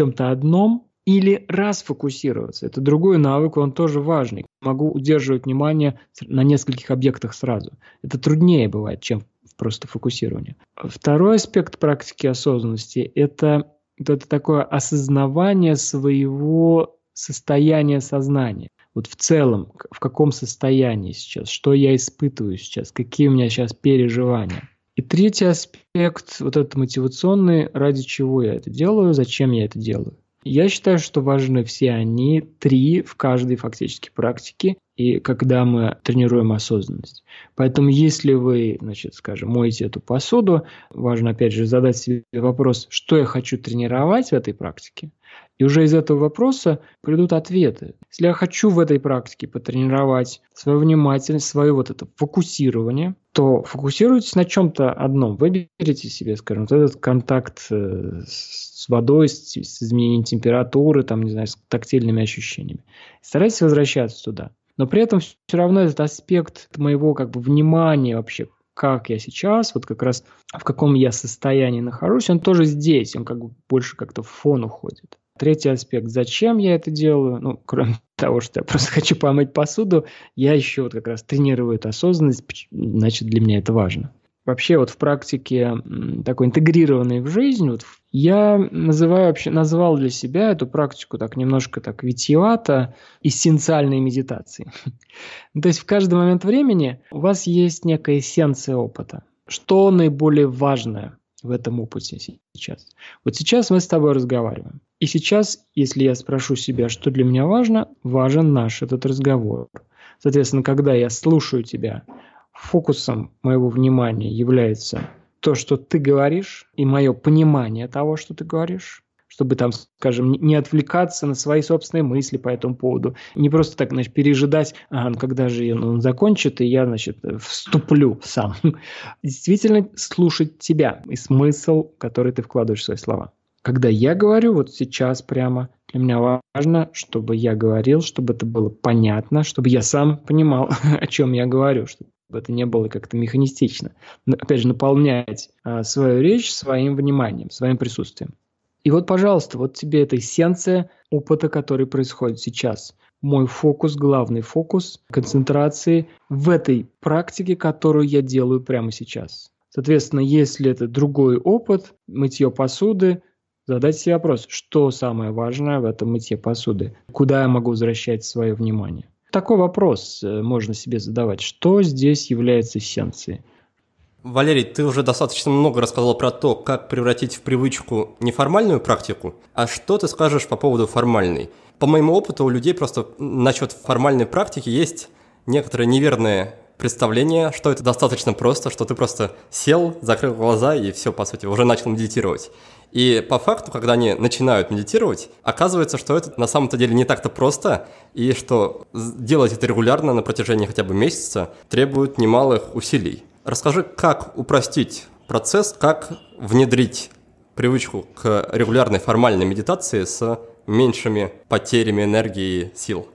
одном или расфокусироваться. Это другой навык, он тоже важный. Могу удерживать внимание на нескольких объектах сразу. Это труднее бывает, чем просто фокусирование. Второй аспект практики осознанности – это такое осознавание своего состояния сознания. Вот в целом, в каком состоянии сейчас, что я испытываю сейчас, какие у меня сейчас переживания. И третий аспект, вот этот мотивационный, ради чего я это делаю, зачем я это делаю. Я считаю, что важны все они 3 в каждой фактически практике, и когда мы тренируем осознанность. Поэтому если вы, моете эту посуду, важно опять же задать себе вопрос, что я хочу тренировать в этой практике, и уже из этого вопроса придут ответы. Если я хочу в этой практике потренировать свою внимательность, свое вот это фокусирование, то фокусируйтесь на чем-то одном. Выберите себе, вот этот контакт с водой, с изменением температуры, с тактильными ощущениями. Старайтесь возвращаться туда. Но при этом все равно этот аспект моего внимания вообще, как я сейчас, вот как раз в каком я состоянии нахожусь, он тоже здесь, он больше как-то в фон уходит. Третий аспект, зачем я это делаю? Кроме того, что я просто хочу помыть посуду, я еще вот как раз тренирую эту осознанность, значит, для меня это важно. Вообще вот в практике такой интегрированной в жизнь, я назвал для себя эту практику немножко витиевато эссенциальной медитацией. То есть в каждый момент времени у вас есть некая эссенция опыта. Что наиболее важное в этом опыте сейчас? Вот сейчас мы с тобой разговариваем. И сейчас, если я спрошу себя, что для меня важно, важен наш этот разговор. Соответственно, когда я слушаю тебя, фокусом моего внимания является то, что ты говоришь, и мое понимание того, что ты говоришь, чтобы не отвлекаться на свои собственные мысли по этому поводу, не просто так, пережидать, когда же он закончит, и я, вступлю сам. Действительно слушать тебя и смысл, который ты вкладываешь в свои слова. Когда я говорю, вот сейчас прямо, для меня важно, чтобы я говорил, чтобы это было понятно, чтобы я сам понимал, о чем я говорю, чтобы это не было как-то механистично. Опять же, наполнять свою речь своим вниманием, своим присутствием. И вот, пожалуйста, вот тебе эта эссенция опыта, который происходит сейчас. Мой фокус, главный фокус концентрации в этой практике, которую я делаю прямо сейчас. Соответственно, если это другой опыт, мытье посуды, задать себе вопрос, что самое важное в этом мытье посуды, куда я могу возвращать свое внимание. Такой вопрос можно себе задавать, что здесь является эссенцией. Валерий, ты уже достаточно много рассказал про то, как превратить в привычку неформальную практику. А что ты скажешь по поводу формальной? По моему опыту, у людей просто насчет формальной практики есть некоторые неверные представления, что это достаточно просто, что ты просто сел, закрыл глаза и все, по сути, уже начал медитировать. И по факту, когда они начинают медитировать, оказывается, что это на самом-то деле не так-то просто, и что делать это регулярно на протяжении хотя бы месяца требует немалых усилий. Расскажи, как упростить процесс, как внедрить привычку к регулярной формальной медитации с меньшими потерями энергии и сил.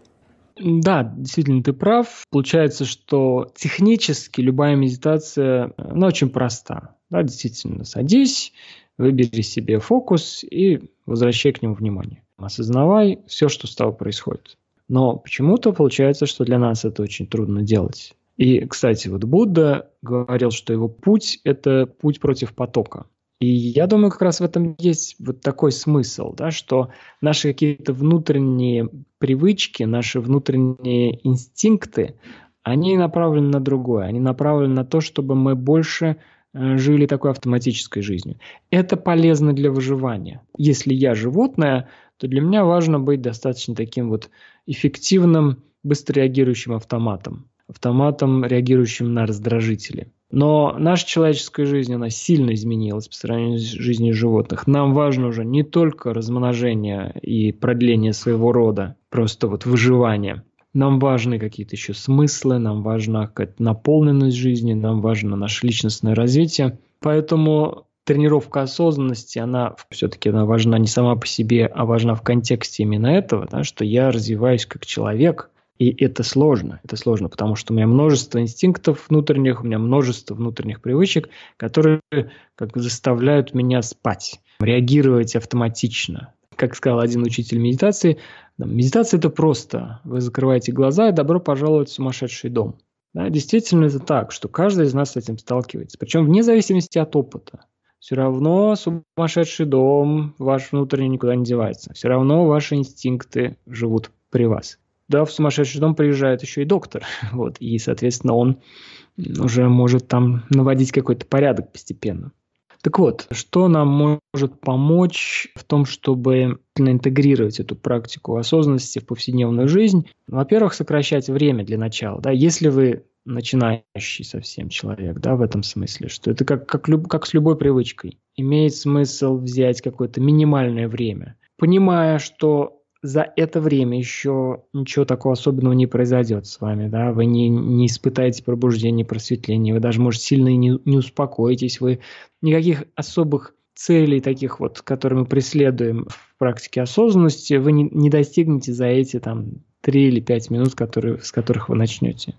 Да, действительно, ты прав. Получается, что технически любая медитация, очень проста. Да, действительно, садись, выбери себе фокус и возвращай к нему внимание. Осознавай все, что с тобой происходит. Но почему-то получается, что для нас это очень трудно делать. И, кстати, вот Будда говорил, что его путь – это путь против потока. И я думаю, как раз в этом есть вот такой смысл, да, что наши какие-то внутренние привычки, наши внутренние инстинкты, они направлены на другое. Они направлены на то, чтобы мы больше жили такой автоматической жизнью. Это полезно для выживания. Если я животное, то для меня важно быть достаточно таким вот эффективным, быстро реагирующим автоматом, реагирующим на раздражители. Но наша человеческая жизнь, она сильно изменилась по сравнению с жизнью животных. Нам важно уже не только размножение и продление своего рода, просто вот выживание. Нам важны какие-то еще смыслы, нам важна какая-то наполненность жизни, нам важно наше личностное развитие. Поэтому тренировка осознанности, она все-таки важна не сама по себе, а важна в контексте именно этого, да, что я развиваюсь как человек. И это сложно, потому что у меня множество инстинктов внутренних, у меня множество внутренних привычек, которые как бы заставляют меня спать, реагировать автоматично. Как сказал один учитель медитации, медитация – это просто. Вы закрываете глаза и добро пожаловать в сумасшедший дом. Да, действительно это так, что каждый из нас с этим сталкивается. Причем вне зависимости от опыта. Все равно сумасшедший дом ваш внутренний никуда не девается. Все равно ваши инстинкты живут при вас. Да, в сумасшедший дом приезжает еще и доктор, вот, и, соответственно, он уже может там наводить какой-то порядок постепенно. Так вот, что нам может помочь в том, чтобы интегрировать эту практику осознанности в повседневную жизнь? Во-первых, сокращать время для начала. Да, если вы начинающий совсем человек, да, в этом смысле, что это как с любой привычкой. Имеет смысл взять какое-то минимальное время, понимая, что за это время еще ничего такого особенного не произойдет с вами, да, вы не испытаете пробуждение, просветление, вы даже, может, сильно и не успокоитесь, вы никаких особых целей таких вот, которые мы преследуем в практике осознанности, вы не достигнете за эти 3 или 5 минут, с которых вы начнете.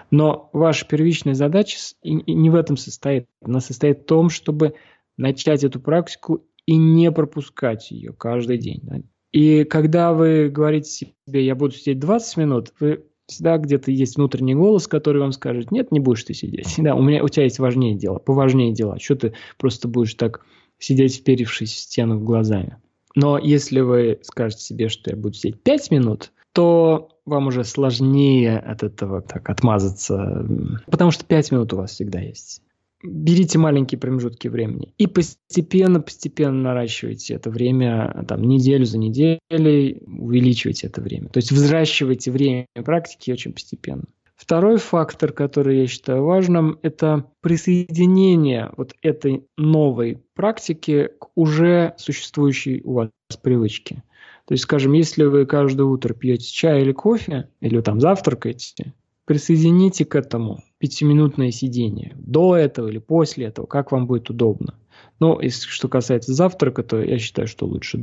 Но ваша первичная задача не в этом состоит. Она состоит в том, чтобы начать эту практику и не пропускать ее каждый день. Да? И когда вы говорите себе, я буду сидеть 20 минут, вы всегда где-то есть внутренний голос, который вам скажет, нет, не будешь ты сидеть. Да, у тебя есть важнее дела, поважнее дела. Что ты просто будешь так сидеть, вперевшись в стену глазами. Но если вы скажете себе, что я буду сидеть 5 минут, то вам уже сложнее от этого так отмазаться, потому что 5 минут у вас всегда есть. Берите маленькие промежутки времени и постепенно наращивайте это время, неделю за неделей, увеличивайте это время. То есть взращивайте время практики очень постепенно. Второй фактор, который я считаю важным, это присоединение вот этой новой практики к уже существующей у вас привычке. То есть, скажем, если вы каждое утро пьете чай или кофе, или завтракаете, присоедините к этому 5-минутное сидение. До этого или после этого, как вам будет удобно. Но если что касается завтрака, то я считаю, что лучше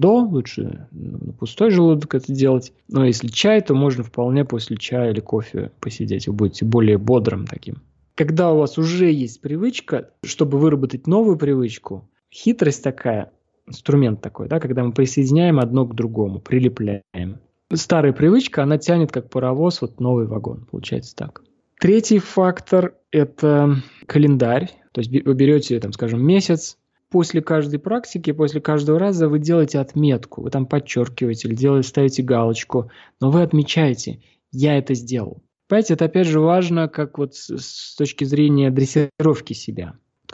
на пустой желудок это делать. Но если чай, то можно вполне после чая или кофе посидеть. Вы будете более бодрым таким. Когда у вас уже есть привычка, чтобы выработать новую привычку, хитрость такая, инструмент такой, да, когда мы присоединяем одно к другому, прилепляем. Старая привычка, она тянет как паровоз новый вагон, получается так. Третий фактор – это календарь. То есть вы берете, месяц. После каждой практики, после каждого раза вы делаете отметку. Вы подчеркиваете или ставите галочку. Но вы отмечаете «я это сделал». Понимаете, это опять же важно, как с точки зрения дрессировки себя.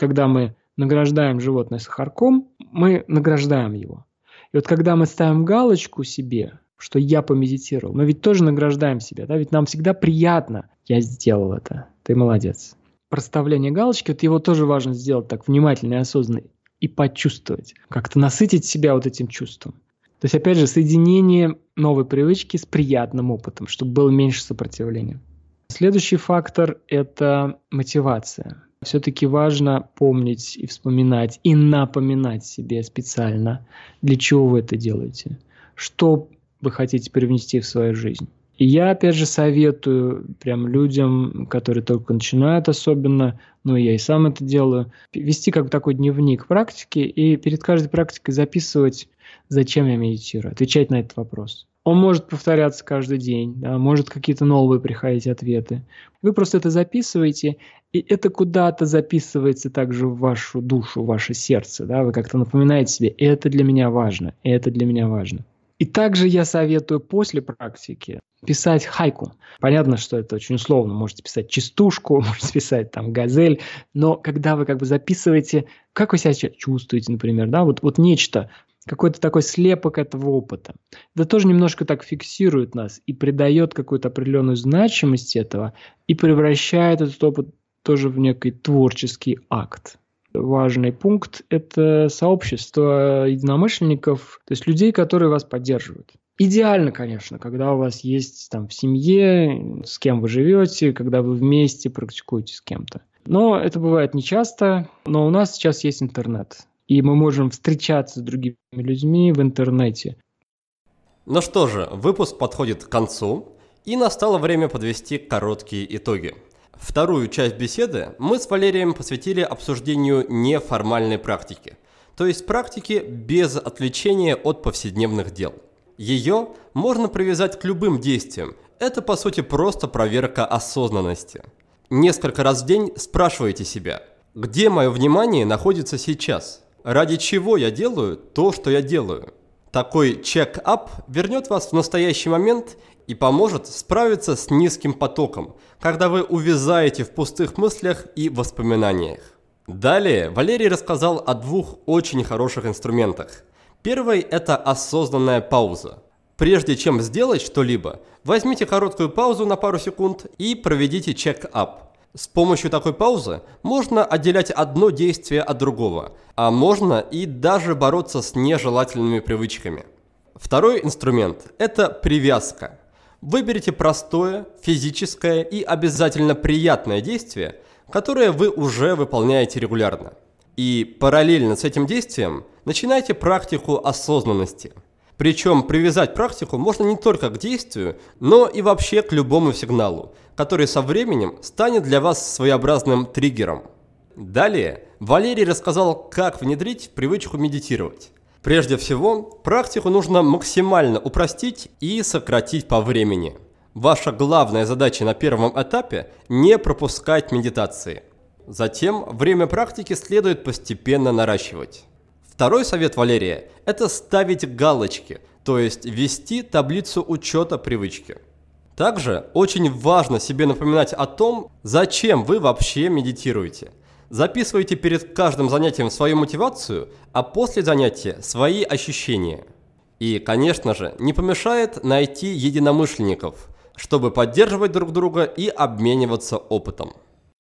когда мы награждаем животное сахарком, мы награждаем его. И вот когда мы ставим галочку себе, что я помедитировал, мы ведь тоже награждаем себя, да, ведь нам всегда приятно, я сделал это, ты молодец. Проставление галочки, вот его тоже важно сделать так внимательно и осознанно и почувствовать, как-то насытить себя вот этим чувством. То есть, опять же, соединение новой привычки с приятным опытом, чтобы было меньше сопротивления. Следующий фактор – это мотивация. Все-таки важно помнить и вспоминать, и напоминать себе специально, для чего вы это делаете, что вы хотите привнести в свою жизнь. И я, опять же, советую прям людям, которые только начинают особенно, ну и я и сам это делаю, вести как такой дневник практики и перед каждой практикой записывать, зачем я медитирую, отвечать на этот вопрос. Он может повторяться каждый день, да, может какие-то новые приходить ответы. Вы просто это записываете, и это куда-то записывается также в вашу душу, в ваше сердце. Да? Вы как-то напоминаете себе, это для меня важно, это для меня важно. И также я советую после практики писать хайку. Понятно, что это очень условно. Можете писать частушку, можете писать там газель, но когда вы как бы записываете, как вы себя чувствуете, например, да, вот нечто, какой-то такой слепок этого опыта. Это тоже немножко так фиксирует нас и придает какую-то определенную значимость этого и превращает этот опыт тоже в некий творческий акт. Важный пункт – это сообщество единомышленников, то есть людей, которые вас поддерживают. Идеально, конечно, когда у вас есть там в семье, с кем вы живете, когда вы вместе практикуете с кем-то. Но это бывает нечасто, но у нас сейчас есть интернет. И мы можем встречаться с другими людьми в интернете. Ну что же, выпуск подходит к концу, и настало время подвести короткие итоги. Вторую часть беседы мы с Валерием посвятили обсуждению неформальной практики, то есть практики без отвлечения от повседневных дел. Ее можно привязать к любым действиям, это по сути просто проверка осознанности. Несколько раз в день спрашивайте себя, где мое внимание находится сейчас? Ради чего я делаю то, что я делаю? Такой чек-ап вернет вас в настоящий момент и поможет справиться с низким потоком, когда вы увязаете в пустых мыслях и воспоминаниях. Далее Валерий рассказал о двух очень хороших инструментах. Первый – это осознанная пауза. Прежде чем сделать что-либо, возьмите короткую паузу на пару секунд и проведите чек-ап. С помощью такой паузы можно отделять одно действие от другого, а можно и даже бороться с нежелательными привычками. Второй инструмент – это привязка. Выберите простое, физическое и обязательно приятное действие, которое вы уже выполняете регулярно. И параллельно с этим действием начинайте практику осознанности. Причем привязать практику можно не только к действию, но и вообще к любому сигналу, который со временем станет для вас своеобразным триггером. Далее Валерий рассказал, как внедрить привычку медитировать. Прежде всего, практику нужно максимально упростить и сократить по времени. Ваша главная задача на первом этапе – не пропускать медитации. Затем время практики следует постепенно наращивать. Второй совет Валерия – это ставить галочки, то есть вести таблицу учета привычки. Также очень важно себе напоминать о том, зачем вы вообще медитируете. Записывайте перед каждым занятием свою мотивацию, а после занятия свои ощущения. И, конечно же, не помешает найти единомышленников, чтобы поддерживать друг друга и обмениваться опытом.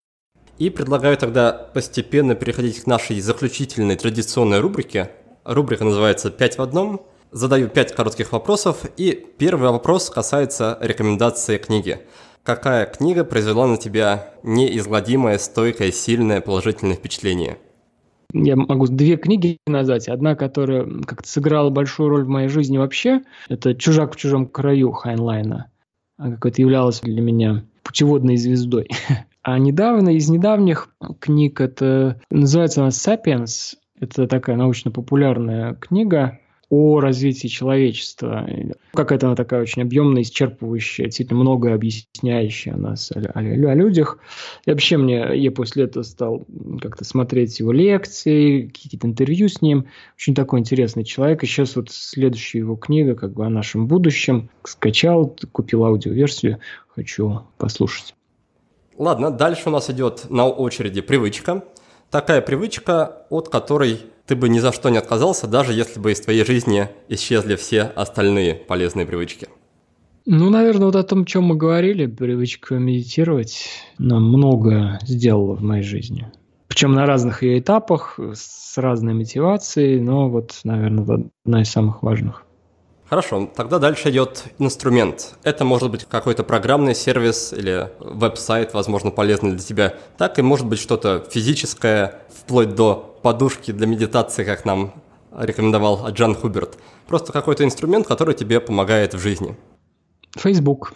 И предлагаю тогда постепенно переходить к нашей заключительной традиционной рубрике. Рубрика называется «5 в одном». Задаю 5 коротких вопросов, и первый вопрос касается рекомендации книги. Какая книга произвела на тебя неизгладимое, стойкое, сильное положительное впечатление? Я могу 2 книги назвать. Одна, которая как-то сыграла большую роль в моей жизни вообще, это «Чужак в чужом краю» Хайнлайна. Она какой-то являлась для меня путеводной звездой. А недавно, из недавних книг, это называется она «Сапиенс». Это такая научно-популярная книга о развитии человечества. Какая-то она такая очень объемная, исчерпывающая, действительно многое объясняющая о нас, о людях. И вообще я после этого стал как-то смотреть его лекции, какие-то интервью с ним. Очень такой интересный человек. И сейчас вот следующая его книга как бы о нашем будущем. Скачал, купил аудиоверсию, хочу послушать. Ладно, дальше у нас идет на очереди привычка. Такая привычка, от которой ты бы ни за что не отказался, даже если бы из твоей жизни исчезли все остальные полезные привычки. Наверное, вот о том, о чем мы говорили, привычка медитировать, нам много сделала в моей жизни. Причем на разных ее этапах, с разной мотивацией, но наверное, одна из самых важных. Хорошо, тогда дальше идет инструмент. Это может быть какой-то программный сервис или веб-сайт, возможно, полезный для тебя. Так и может быть что-то физическое, вплоть до подушки для медитации, как нам рекомендовал Джон Хуберт. Просто какой-то инструмент, который тебе помогает в жизни. Facebook.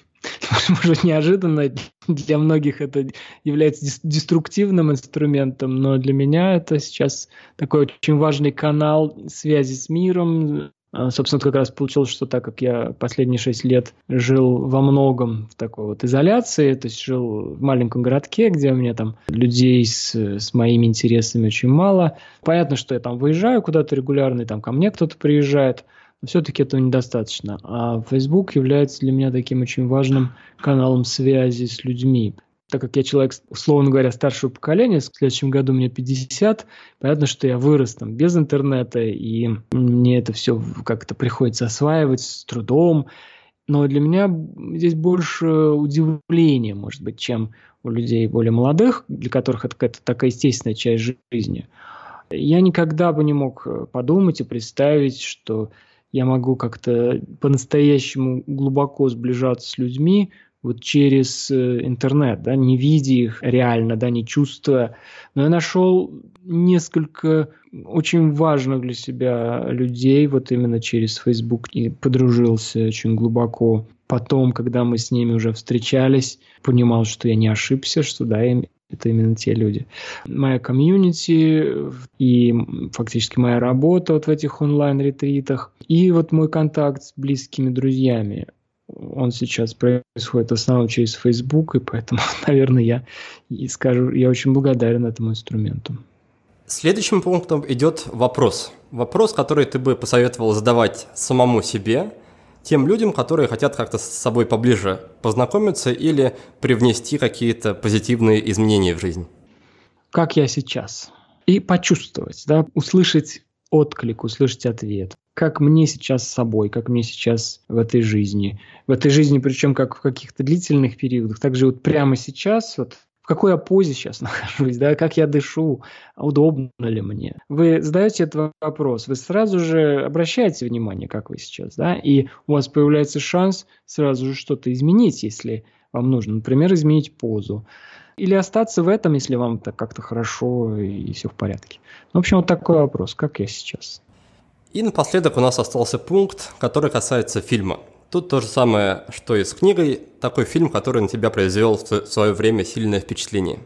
Может, неожиданно для многих это является деструктивным инструментом, но для меня это сейчас такой очень важный канал связи с миром. Собственно, как раз получилось, что так как я последние 6 лет жил во многом в такой изоляции, то есть жил в маленьком городке, где у меня там людей с моими интересами очень мало. Понятно, что я там выезжаю куда-то регулярно, и там ко мне кто-то приезжает, но все-таки этого недостаточно. А Facebook является для меня таким очень важным каналом связи с людьми. Так как я человек, условно говоря, старшего поколения, в следующем году мне 50, понятно, что я вырос там без интернета, и мне это все как-то приходится осваивать с трудом. Но для меня здесь больше удивления, может быть, чем у людей более молодых, для которых это какая-то такая естественная часть жизни. Я никогда бы не мог подумать и представить, что я могу как-то по-настоящему глубоко сближаться с людьми, через интернет, не видя их реально, не чувствуя. Но я нашел несколько очень важных для себя людей именно через Facebook и подружился очень глубоко. Потом, когда мы с ними уже встречались, понимал, что я не ошибся, что это именно те люди. Моя комьюнити и фактически моя работа в этих онлайн-ретритах и мой контакт с близкими друзьями. Он сейчас происходит в основном через Facebook, и поэтому, наверное, я очень благодарен этому инструменту. Следующим пунктом идет вопрос. Вопрос, который ты бы посоветовал задавать самому себе, тем людям, которые хотят как-то с собой поближе познакомиться или привнести какие-то позитивные изменения в жизнь. Как я сейчас? И почувствовать, услышать отклик, услышать ответ. Как мне сейчас с собой, как мне сейчас в этой жизни. В этой жизни, причем как в каких-то длительных периодах, также прямо сейчас, в какой я позе сейчас нахожусь, как я дышу, удобно ли мне. Вы задаете этот вопрос, вы сразу же обращаете внимание, как вы сейчас, и у вас появляется шанс сразу же что-то изменить, если вам нужно, например, изменить позу. Или остаться в этом, если вам так как-то хорошо и все в порядке. В общем, такой вопрос, как я сейчас. И напоследок у нас остался пункт, который касается фильма. Тут то же самое, что и с книгой, такой фильм, который на тебя произвел в свое время сильное впечатление.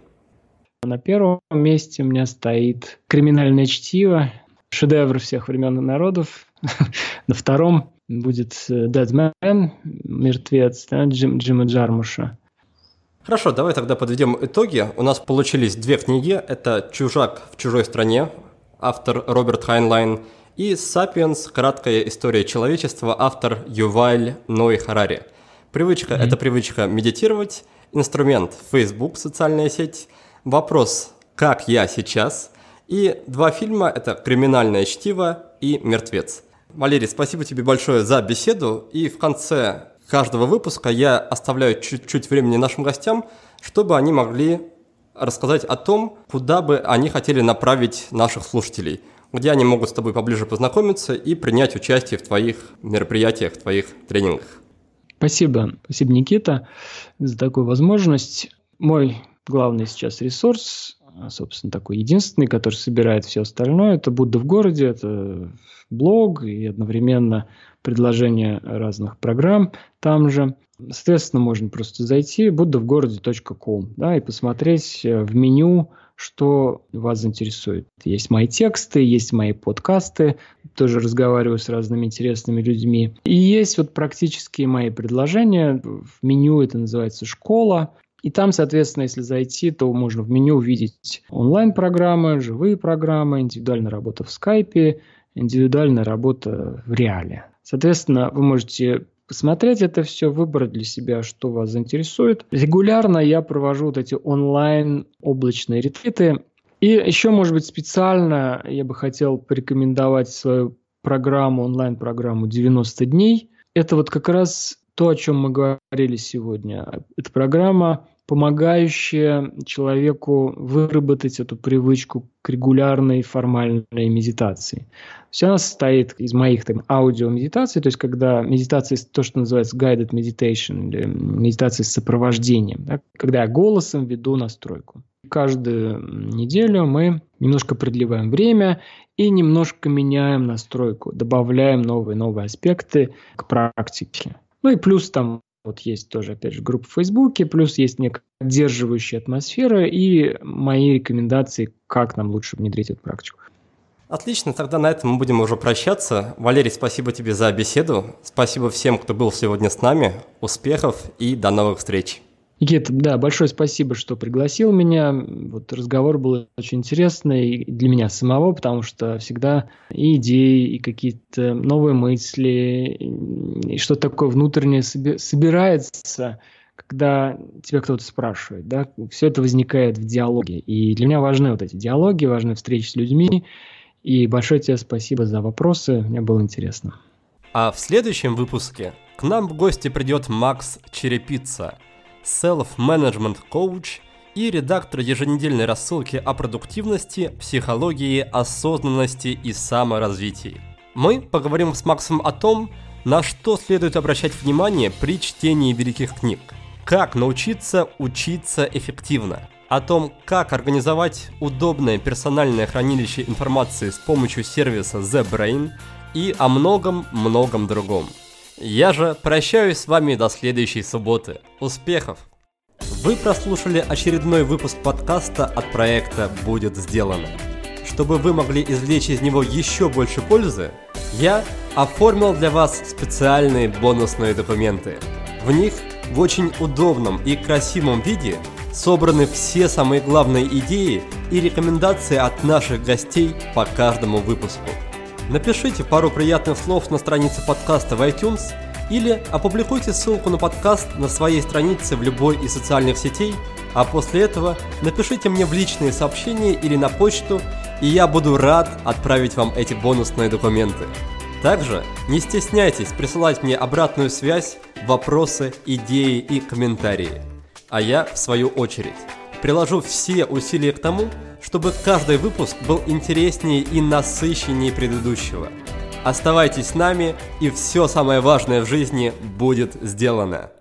На первом месте у меня стоит «Криминальное чтиво», шедевр всех времен и народов. На втором будет «Dead Man», «Мертвец», Джима Джармуша. Хорошо, давай тогда подведем итоги. У нас получились 2 книги. Это «Чужак в чужой стране», автор Роберт Хайнлайн, и «Сапиенс. Краткая история человечества», автор Юваль Ной Харари. Привычка – это привычка медитировать, инструмент – Facebook, социальная сеть, вопрос «Как я сейчас?» и 2 фильма – это «Криминальное чтиво» и «Мертвец». Валерий, спасибо тебе большое за беседу, и в конце каждого выпуска я оставляю чуть-чуть времени нашим гостям, чтобы они могли рассказать о том, куда бы они хотели направить наших слушателей, где они могут с тобой поближе познакомиться и принять участие в твоих мероприятиях, в твоих тренингах. Спасибо, Никита, за такую возможность. Мой главный сейчас ресурс, собственно, такой единственный, который собирает все остальное, это «Будда в городе», это блог и одновременно предложение разных программ там же. Соответственно, можно просто зайти buddhavgorode.com, и посмотреть в меню, что вас заинтересует. Есть мои тексты, есть мои подкасты, тоже разговариваю с разными интересными людьми. И есть практические мои предложения. В меню это называется «Школа». И там, соответственно, если зайти, то можно в меню увидеть онлайн-программы, живые программы, индивидуальная работа в скайпе, индивидуальная работа в реале. Соответственно, вы можете посмотреть это все, выбрать для себя, что вас заинтересует. Регулярно я провожу эти онлайн облачные ретриты. И еще, может быть, специально я бы хотел порекомендовать свою программу, онлайн-программу «90 дней». Это вот как раз то, о чем мы говорили сегодня. Это программа, помогающая человеку выработать эту привычку к регулярной формальной медитации. Все она состоит из моих аудиомедитаций, то есть когда медитация, то, что называется guided meditation, или медитация с сопровождением, да, когда я голосом веду настройку. Каждую неделю мы немножко продлеваем время и немножко меняем настройку, добавляем новые аспекты к практике. Ну и плюс там вот есть тоже, опять же, группа в Фейсбуке, плюс есть некая поддерживающая атмосфера и мои рекомендации, как нам лучше внедрить эту практику. Отлично, тогда на этом мы будем уже прощаться. Валерий, спасибо тебе за беседу. Спасибо всем, кто был сегодня с нами. Успехов и до новых встреч. Никита, да, большое спасибо, что пригласил меня. Вот разговор был очень интересный для меня самого, потому что всегда и идеи, и какие-то новые мысли, и что-то такое внутреннее собирается, когда тебя кто-то спрашивает, да, все это возникает в диалоге. И для меня важны вот эти диалоги, важны встречи с людьми. И большое тебе спасибо за вопросы, мне было интересно. А в следующем выпуске к нам в гости придет Макс Черепица, селф-менеджмент коуч и редактор еженедельной рассылки о продуктивности, психологии, осознанности и саморазвитии. Мы поговорим с Максом о том, на что следует обращать внимание при чтении великих книг, как научиться учиться эффективно, о том, как организовать удобное персональное хранилище информации с помощью сервиса The Brain и о многом другом. Я же прощаюсь с вами до следующей субботы. Успехов! Вы прослушали очередной выпуск подкаста от проекта «Будет сделано». Чтобы вы могли извлечь из него еще больше пользы, я оформил для вас специальные бонусные документы. В них в очень удобном и красивом виде собраны все самые главные идеи и рекомендации от наших гостей по каждому выпуску. Напишите пару приятных слов на странице подкаста в iTunes или опубликуйте ссылку на подкаст на своей странице в любой из социальных сетей, а после этого напишите мне в личные сообщения или на почту, и я буду рад отправить вам эти бонусные документы. Также не стесняйтесь присылать мне обратную связь, вопросы, идеи и комментарии. А я, в свою очередь, приложу все усилия к тому, чтобы каждый выпуск был интереснее и насыщеннее предыдущего. Оставайтесь с нами, и все самое важное в жизни будет сделано.